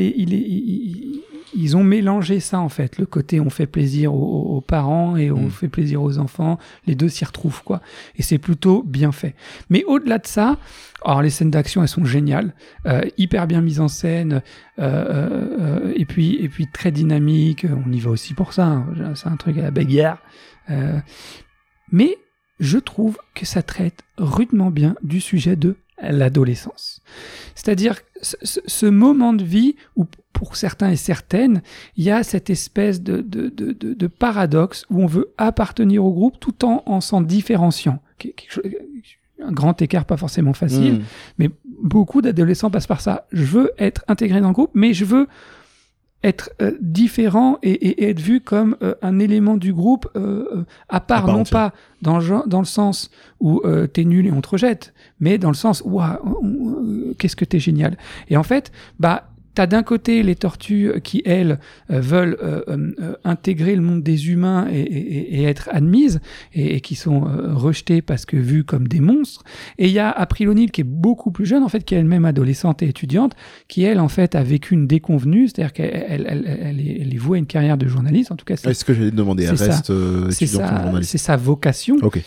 ils ont mélangé ça, en fait. Le côté on fait plaisir aux parents et on fait plaisir aux enfants. Les deux s'y retrouvent, quoi. Et c'est plutôt bien fait. Mais au-delà de ça, alors les scènes d'action, elles sont géniales, hyper bien mises en scène, et puis très dynamique. On y va aussi pour ça, hein. C'est un truc à la bagarre. Mais je trouve que ça traite rudement bien du sujet de l'adolescence. C'est-à-dire ce moment de vie où, pour certains et certaines, il y a cette espèce de paradoxe où on veut appartenir au groupe tout en s'en différenciant. Un grand écart pas forcément facile, mais beaucoup d'adolescents passent par ça. Je veux être intégré dans le groupe, mais je veux être différent et être vu comme un élément du groupe à part non entière. pas dans le sens où t'es nul et on te rejette, mais dans le sens qu'est-ce que t'es génial. Et en fait, t'as d'un côté les tortues qui, elles, veulent intégrer le monde des humains et être admises, et qui sont rejetées parce que vues comme des monstres. Et il y a April O'Neil qui est beaucoup plus jeune, en fait, qui est elle-même adolescente et étudiante, qui, elle, en fait, a vécu une déconvenue, c'est-à-dire qu'elle est vouée à une carrière de journaliste. En tout cas, c'est ce que j'allais te demander. Elle reste étudiante en journaliste. C'est sa vocation. Okay.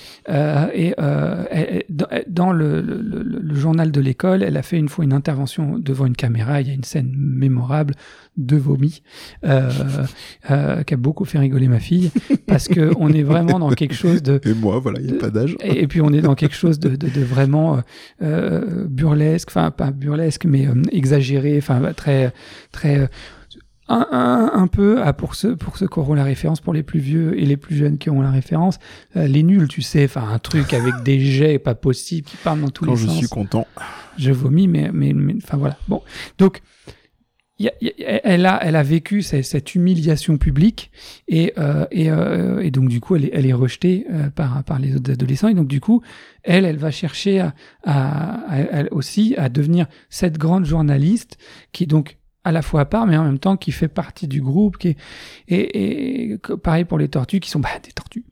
Dans le journal de l'école, elle a fait une fois une intervention devant une caméra. Il y a une scène mémorable de vomi qui a beaucoup fait rigoler ma fille, parce que on est vraiment dans quelque chose de... Et moi, voilà, il n'y a pas d'âge. Et puis on est dans quelque chose de vraiment burlesque, enfin pas burlesque, mais exagéré, enfin très très un peu pour ceux qui auront la référence, pour les plus vieux et les plus jeunes qui auront la référence, les nuls, tu sais, enfin un truc avec des jets pas possibles qui parlent dans tous les sens. Quand je suis content, je vomis, mais enfin voilà. Bon, donc elle a vécu cette humiliation publique, et donc du coup elle est rejetée par les autres adolescents, et donc du coup elle va chercher elle aussi à devenir cette grande journaliste qui est donc à la fois à part, mais en même temps qui fait partie du groupe, et pareil pour les tortues qui sont des tortues.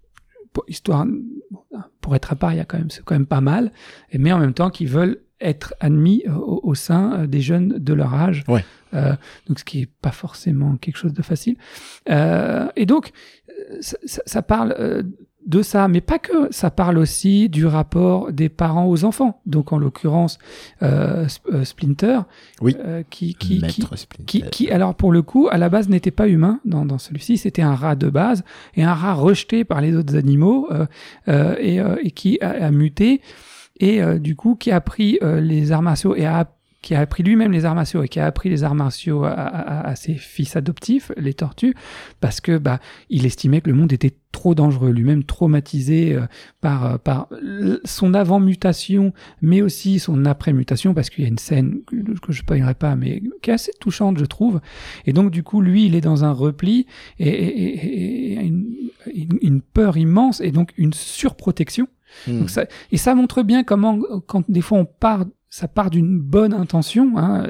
Pour être à part, c'est quand même pas mal, mais en même temps qui veulent être admis au sein des jeunes de leur âge. Ouais. Donc ce qui est pas forcément quelque chose de facile. Et donc ça parle de ça, mais pas que. Ça parle aussi du rapport des parents aux enfants. Donc en l'occurrence Splinter, oui. Qui alors pour le coup à la base n'était pas humain dans celui-ci, c'était un rat de base, et un rat rejeté par les autres animaux, et qui a muté, et du coup qui a pris les arts martiaux, qui a appris lui-même les arts martiaux, et qui a appris les arts martiaux à ses fils adoptifs, les tortues, parce que il estimait que le monde était trop dangereux, lui-même traumatisé par son avant-mutation, mais aussi son après-mutation, parce qu'il y a une scène que je ne spoilerai pas, mais qui est assez touchante, je trouve. Et donc du coup, lui, il est dans un repli et une peur immense, et donc une surprotection. Donc ça montre bien comment, quand des fois ça part d'une bonne intention, hein.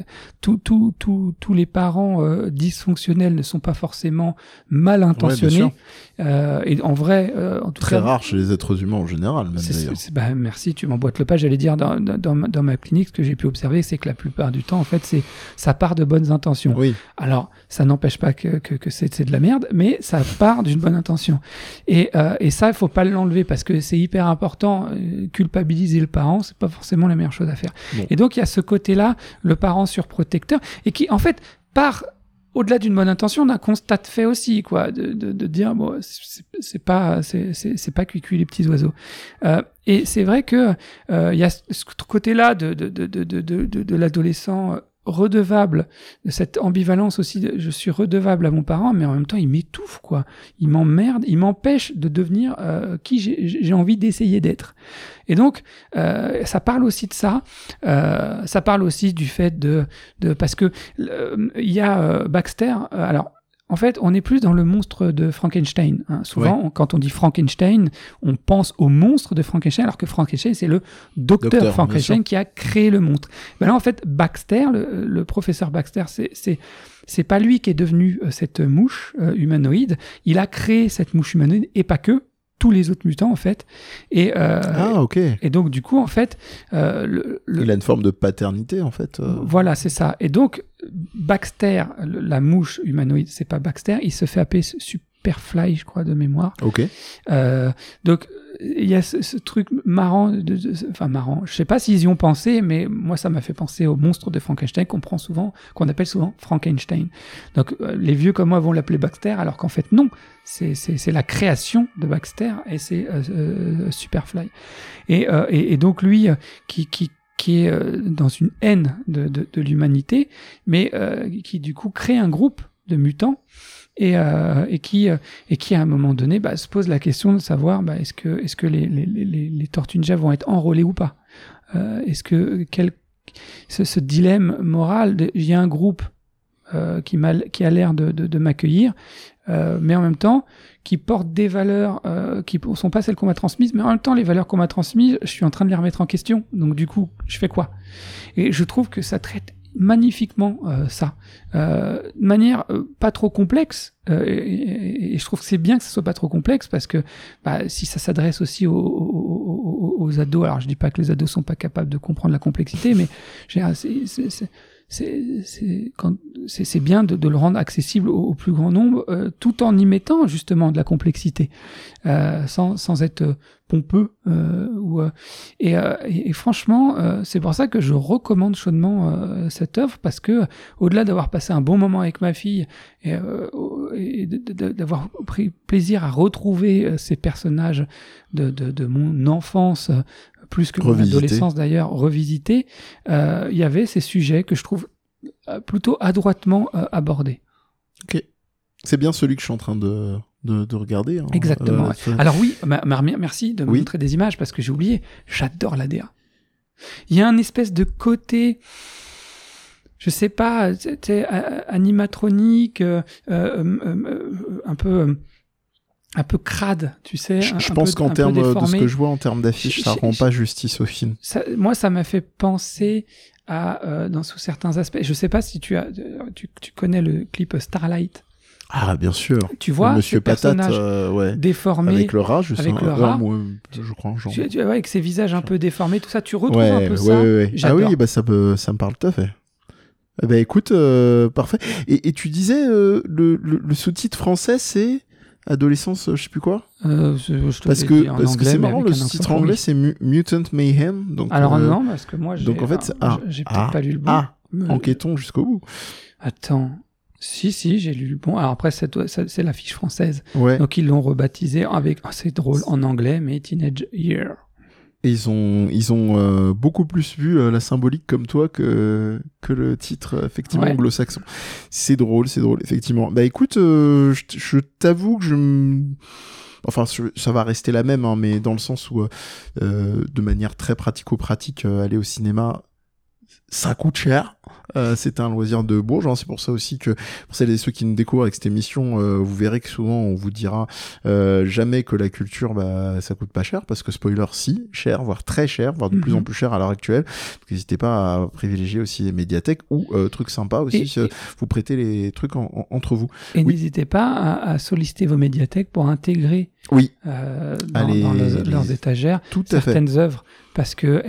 Tous les parents dysfonctionnels ne sont pas forcément mal intentionnés. Et en vrai, en tout très cas, rare chez les êtres humains en général, même d'ailleurs. Merci, tu m'emboîtes le pas. J'allais dire dans ma clinique, ce que j'ai pu observer, c'est que la plupart du temps, en fait, ça part de bonnes intentions. Oui. Alors, ça n'empêche pas que c'est de la merde, mais ça part d'une bonne intention. Et ça, il faut pas l'enlever, parce que c'est hyper important. Culpabiliser le parent, c'est pas forcément la meilleure chose à faire. Bon. Et donc il y a ce côté-là, le parent surprotecteur, et qui en fait part au-delà d'une bonne intention, d'un constat de fait aussi, quoi, de dire bon, c'est pas cuicui les petits oiseaux. Et c'est vrai que il y a ce côté-là de l'adolescent redevable, de cette ambivalence aussi, je suis redevable à mon parent, mais en même temps il m'étouffe, quoi, il m'emmerde, il m'empêche de devenir qui j'ai envie d'essayer d'être. Et donc ça parle aussi de ça, ça parle aussi du fait de parce que il y a Baxter, alors en fait, on est plus dans le monstre de Frankenstein. Hein. Souvent, quand on dit Frankenstein, on pense au monstre de Frankenstein, alors que Frankenstein, c'est le docteur Frankenstein qui a créé le monstre. Ben là, en fait, Baxter, le professeur Baxter, c'est pas lui qui est devenu cette mouche humanoïde. Il a créé cette mouche humanoïde, et pas que. Tous les autres mutants, en fait. Et, ok. Et donc, du coup, en fait... il a une forme de paternité, en fait. Voilà, c'est ça. Et donc, Baxter, la mouche humanoïde, c'est pas Baxter, il se fait appeler Superfly, je crois, de mémoire. Ok. Donc, il y a ce truc marrant, enfin marrant, je sais pas s'ils y ont pensé, mais moi ça m'a fait penser au monstre de Frankenstein qu'on appelle souvent Frankenstein. Donc les vieux comme moi vont l'appeler Baxter, alors qu'en fait non, c'est la création de Baxter, et c'est Superfly. Et donc lui qui est dans une haine de l'humanité, mais qui du coup crée un groupe de mutants, et qui à un moment donné se pose la question de savoir est-ce que les Tortues Ninja vont être enrôlés ou pas, est-ce que ce dilemme moral il y a un groupe qui a l'air de m'accueillir, mais en même temps qui porte des valeurs qui ne sont pas celles qu'on m'a transmises, mais en même temps les valeurs qu'on m'a transmises, je suis en train de les remettre en question. Donc du coup, je fais quoi? Et je trouve que ça traite magnifiquement ça, de manière pas trop complexe, et je trouve que c'est bien que ça soit pas trop complexe, parce que si ça s'adresse aussi aux ados, alors je dis pas que les ados sont pas capables de comprendre la complexité, mais c'est bien de le rendre accessible au plus grand nombre, tout en y mettant justement de la complexité, sans être pompeux, et franchement, c'est pour ça que je recommande chaudement cette œuvre, parce que au-delà d'avoir passé un bon moment avec ma fille et d'avoir pris plaisir à retrouver ces personnages de mon enfance, plus que mon adolescence d'ailleurs, revisité, il y avait ces sujets que je trouve plutôt adroitement abordés. Ok. C'est bien celui que je suis en train de regarder. Hein. Exactement. Alors oui, merci de me montrer des images, parce que j'ai oublié, j'adore l'ADA. Il y a un espèce de côté, je sais pas, animatronique, un peu crade, tu sais. Je pense qu'en termes de ce que je vois en termes d'affiches, ça rend pas justice au film. Moi, ça m'a fait penser à, sous certains aspects. Je sais pas si tu connais le clip Starlight. Ah, bien sûr. Tu vois, Monsieur Patate, déformé. Avec le rat, je crois. Genre. Avec ses visages un peu déformés, tout ça, tu retrouves un peu ça. Ah oui, ça me parle tout à fait. Écoute, parfait. Et tu disais, le sous-titre français, c'est Adolescence, je sais plus quoi. Parce que c'est marrant, le sous-titre anglais, c'est Mutant Mayhem. Donc, alors non, parce que moi, j'ai peut-être pas lu le bon. Enquêtons jusqu'au bout. Attends. Si, j'ai lu le bon. Alors après, c'est l'affiche française. Ouais. Donc ils l'ont rebaptisé avec, c'est drôle, en anglais, mais Teenage Year. Et ils ont beaucoup plus vu la symbolique comme toi que le titre effectivement anglo-saxon. C'est drôle, effectivement. Écoute, je t'avoue que ça va rester la même, hein, mais dans le sens où de manière très pratico-pratique, aller au cinéma, ça coûte cher. C'est un loisir de bourge, hein. C'est pour ça aussi que pour celles et ceux qui nous découvrent avec cette émission, vous verrez que souvent on vous dira jamais que la culture ça coûte pas cher, parce que spoiler, si cher, voire très cher, voire de plus en plus cher à l'heure actuelle. Donc n'hésitez pas à privilégier aussi les médiathèques ou trucs sympas aussi, vous prêtez les trucs entre vous. Et n'hésitez pas à solliciter vos médiathèques pour intégrer dans leurs étagères certaines œuvres, parce que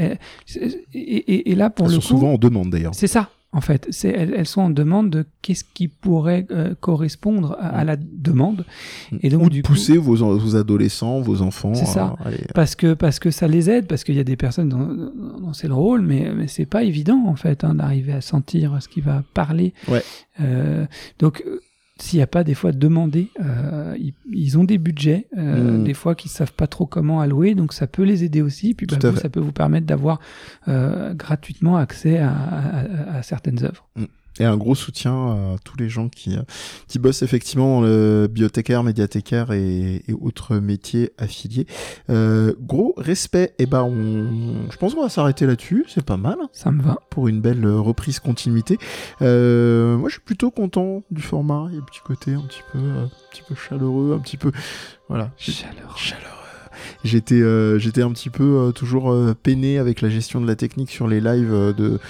et là pour elles le sont coup, souvent en demande d'ailleurs. C'est ça. En fait, elles sont en demande de qu'est-ce qui pourrait correspondre à la demande, et donc ou pousser vos adolescents, vos enfants. C'est ça. Parce que ça les aide, parce qu'il y a des personnes dont c'est le rôle, mais c'est pas évident en fait, hein, d'arriver à sentir ce qui va parler. Ouais. Donc s'il n'y a pas des fois demandé, ils ont des budgets, des fois qu'ils savent pas trop comment allouer, donc ça peut les aider aussi. Puis ça peut vous permettre d'avoir gratuitement accès à certaines œuvres. Et un gros soutien à tous les gens qui bossent effectivement dans le bibliothécaire, médiathécaire et autres métiers affiliés. Gros respect. Et je pense qu'on va s'arrêter là-dessus. C'est pas mal. Ça me va. Pour une belle reprise continuité. Moi, je suis plutôt content du format. Il y a un petit côté un petit peu chaleureux, un petit peu, voilà. Chaleureux. J'étais un petit peu toujours peiné avec la gestion de la technique sur les lives, de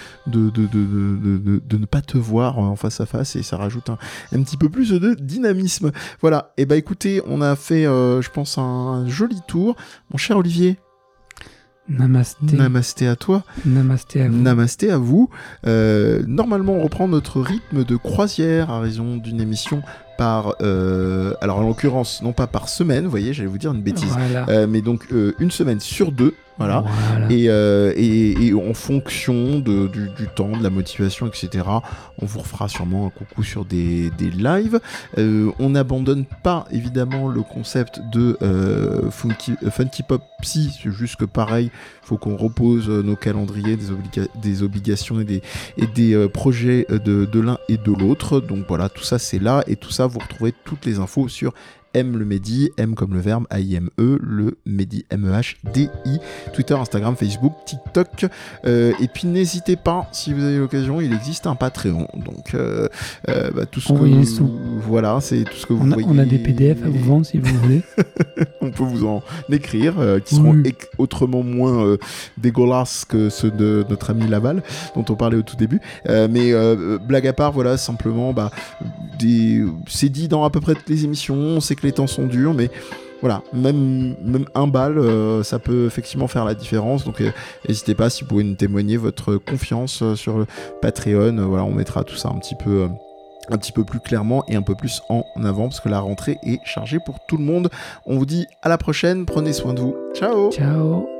ne pas te voir en face à face, et ça rajoute un petit peu plus de dynamisme. Voilà. Et écoutez, on a fait, je pense, un joli tour. Mon cher Olivier. Namasté. Namasté à toi. Namasté à vous. Namasté à vous. Normalement, on reprend notre rythme de croisière à raison d'une émission par... alors, en l'occurrence, non pas par semaine, vous voyez, j'allais vous dire une bêtise. Voilà. Mais donc, une semaine sur 2. Voilà. Et en fonction du temps, de la motivation, etc., on vous refera sûrement un coucou sur des lives. On n'abandonne pas, évidemment, le concept de Funky Pop Psy. C'est juste que, pareil, il faut qu'on repose nos calendriers, des obligations et des projets de l'un et de l'autre. Donc voilà, tout ça, c'est là. Et tout ça, vous retrouvez toutes les infos sur M le Mehdi, M comme le verbe, A-I-M-E, le Mehdi, M-E-H-D-I, Twitter, Instagram, Facebook, TikTok, et puis n'hésitez pas, si vous avez l'occasion, il existe un Patreon, donc tout ce que voilà, c'est tout ce que vous voyez. On a des PDF à vous vendre si vous voulez. On peut vous en écrire, qui seront autrement moins dégueulasses que ceux de notre ami Laval, dont on parlait au tout début, mais blague à part, voilà, simplement c'est dit dans à peu près toutes les émissions, on sait que les temps sont durs, mais voilà, même un bal, ça peut effectivement faire la différence, donc n'hésitez pas, si vous pouvez nous témoigner votre confiance sur le Patreon, voilà, on mettra tout ça un petit peu plus clairement et un peu plus en avant, parce que la rentrée est chargée pour tout le monde. On vous dit à la prochaine, prenez soin de vous, ciao.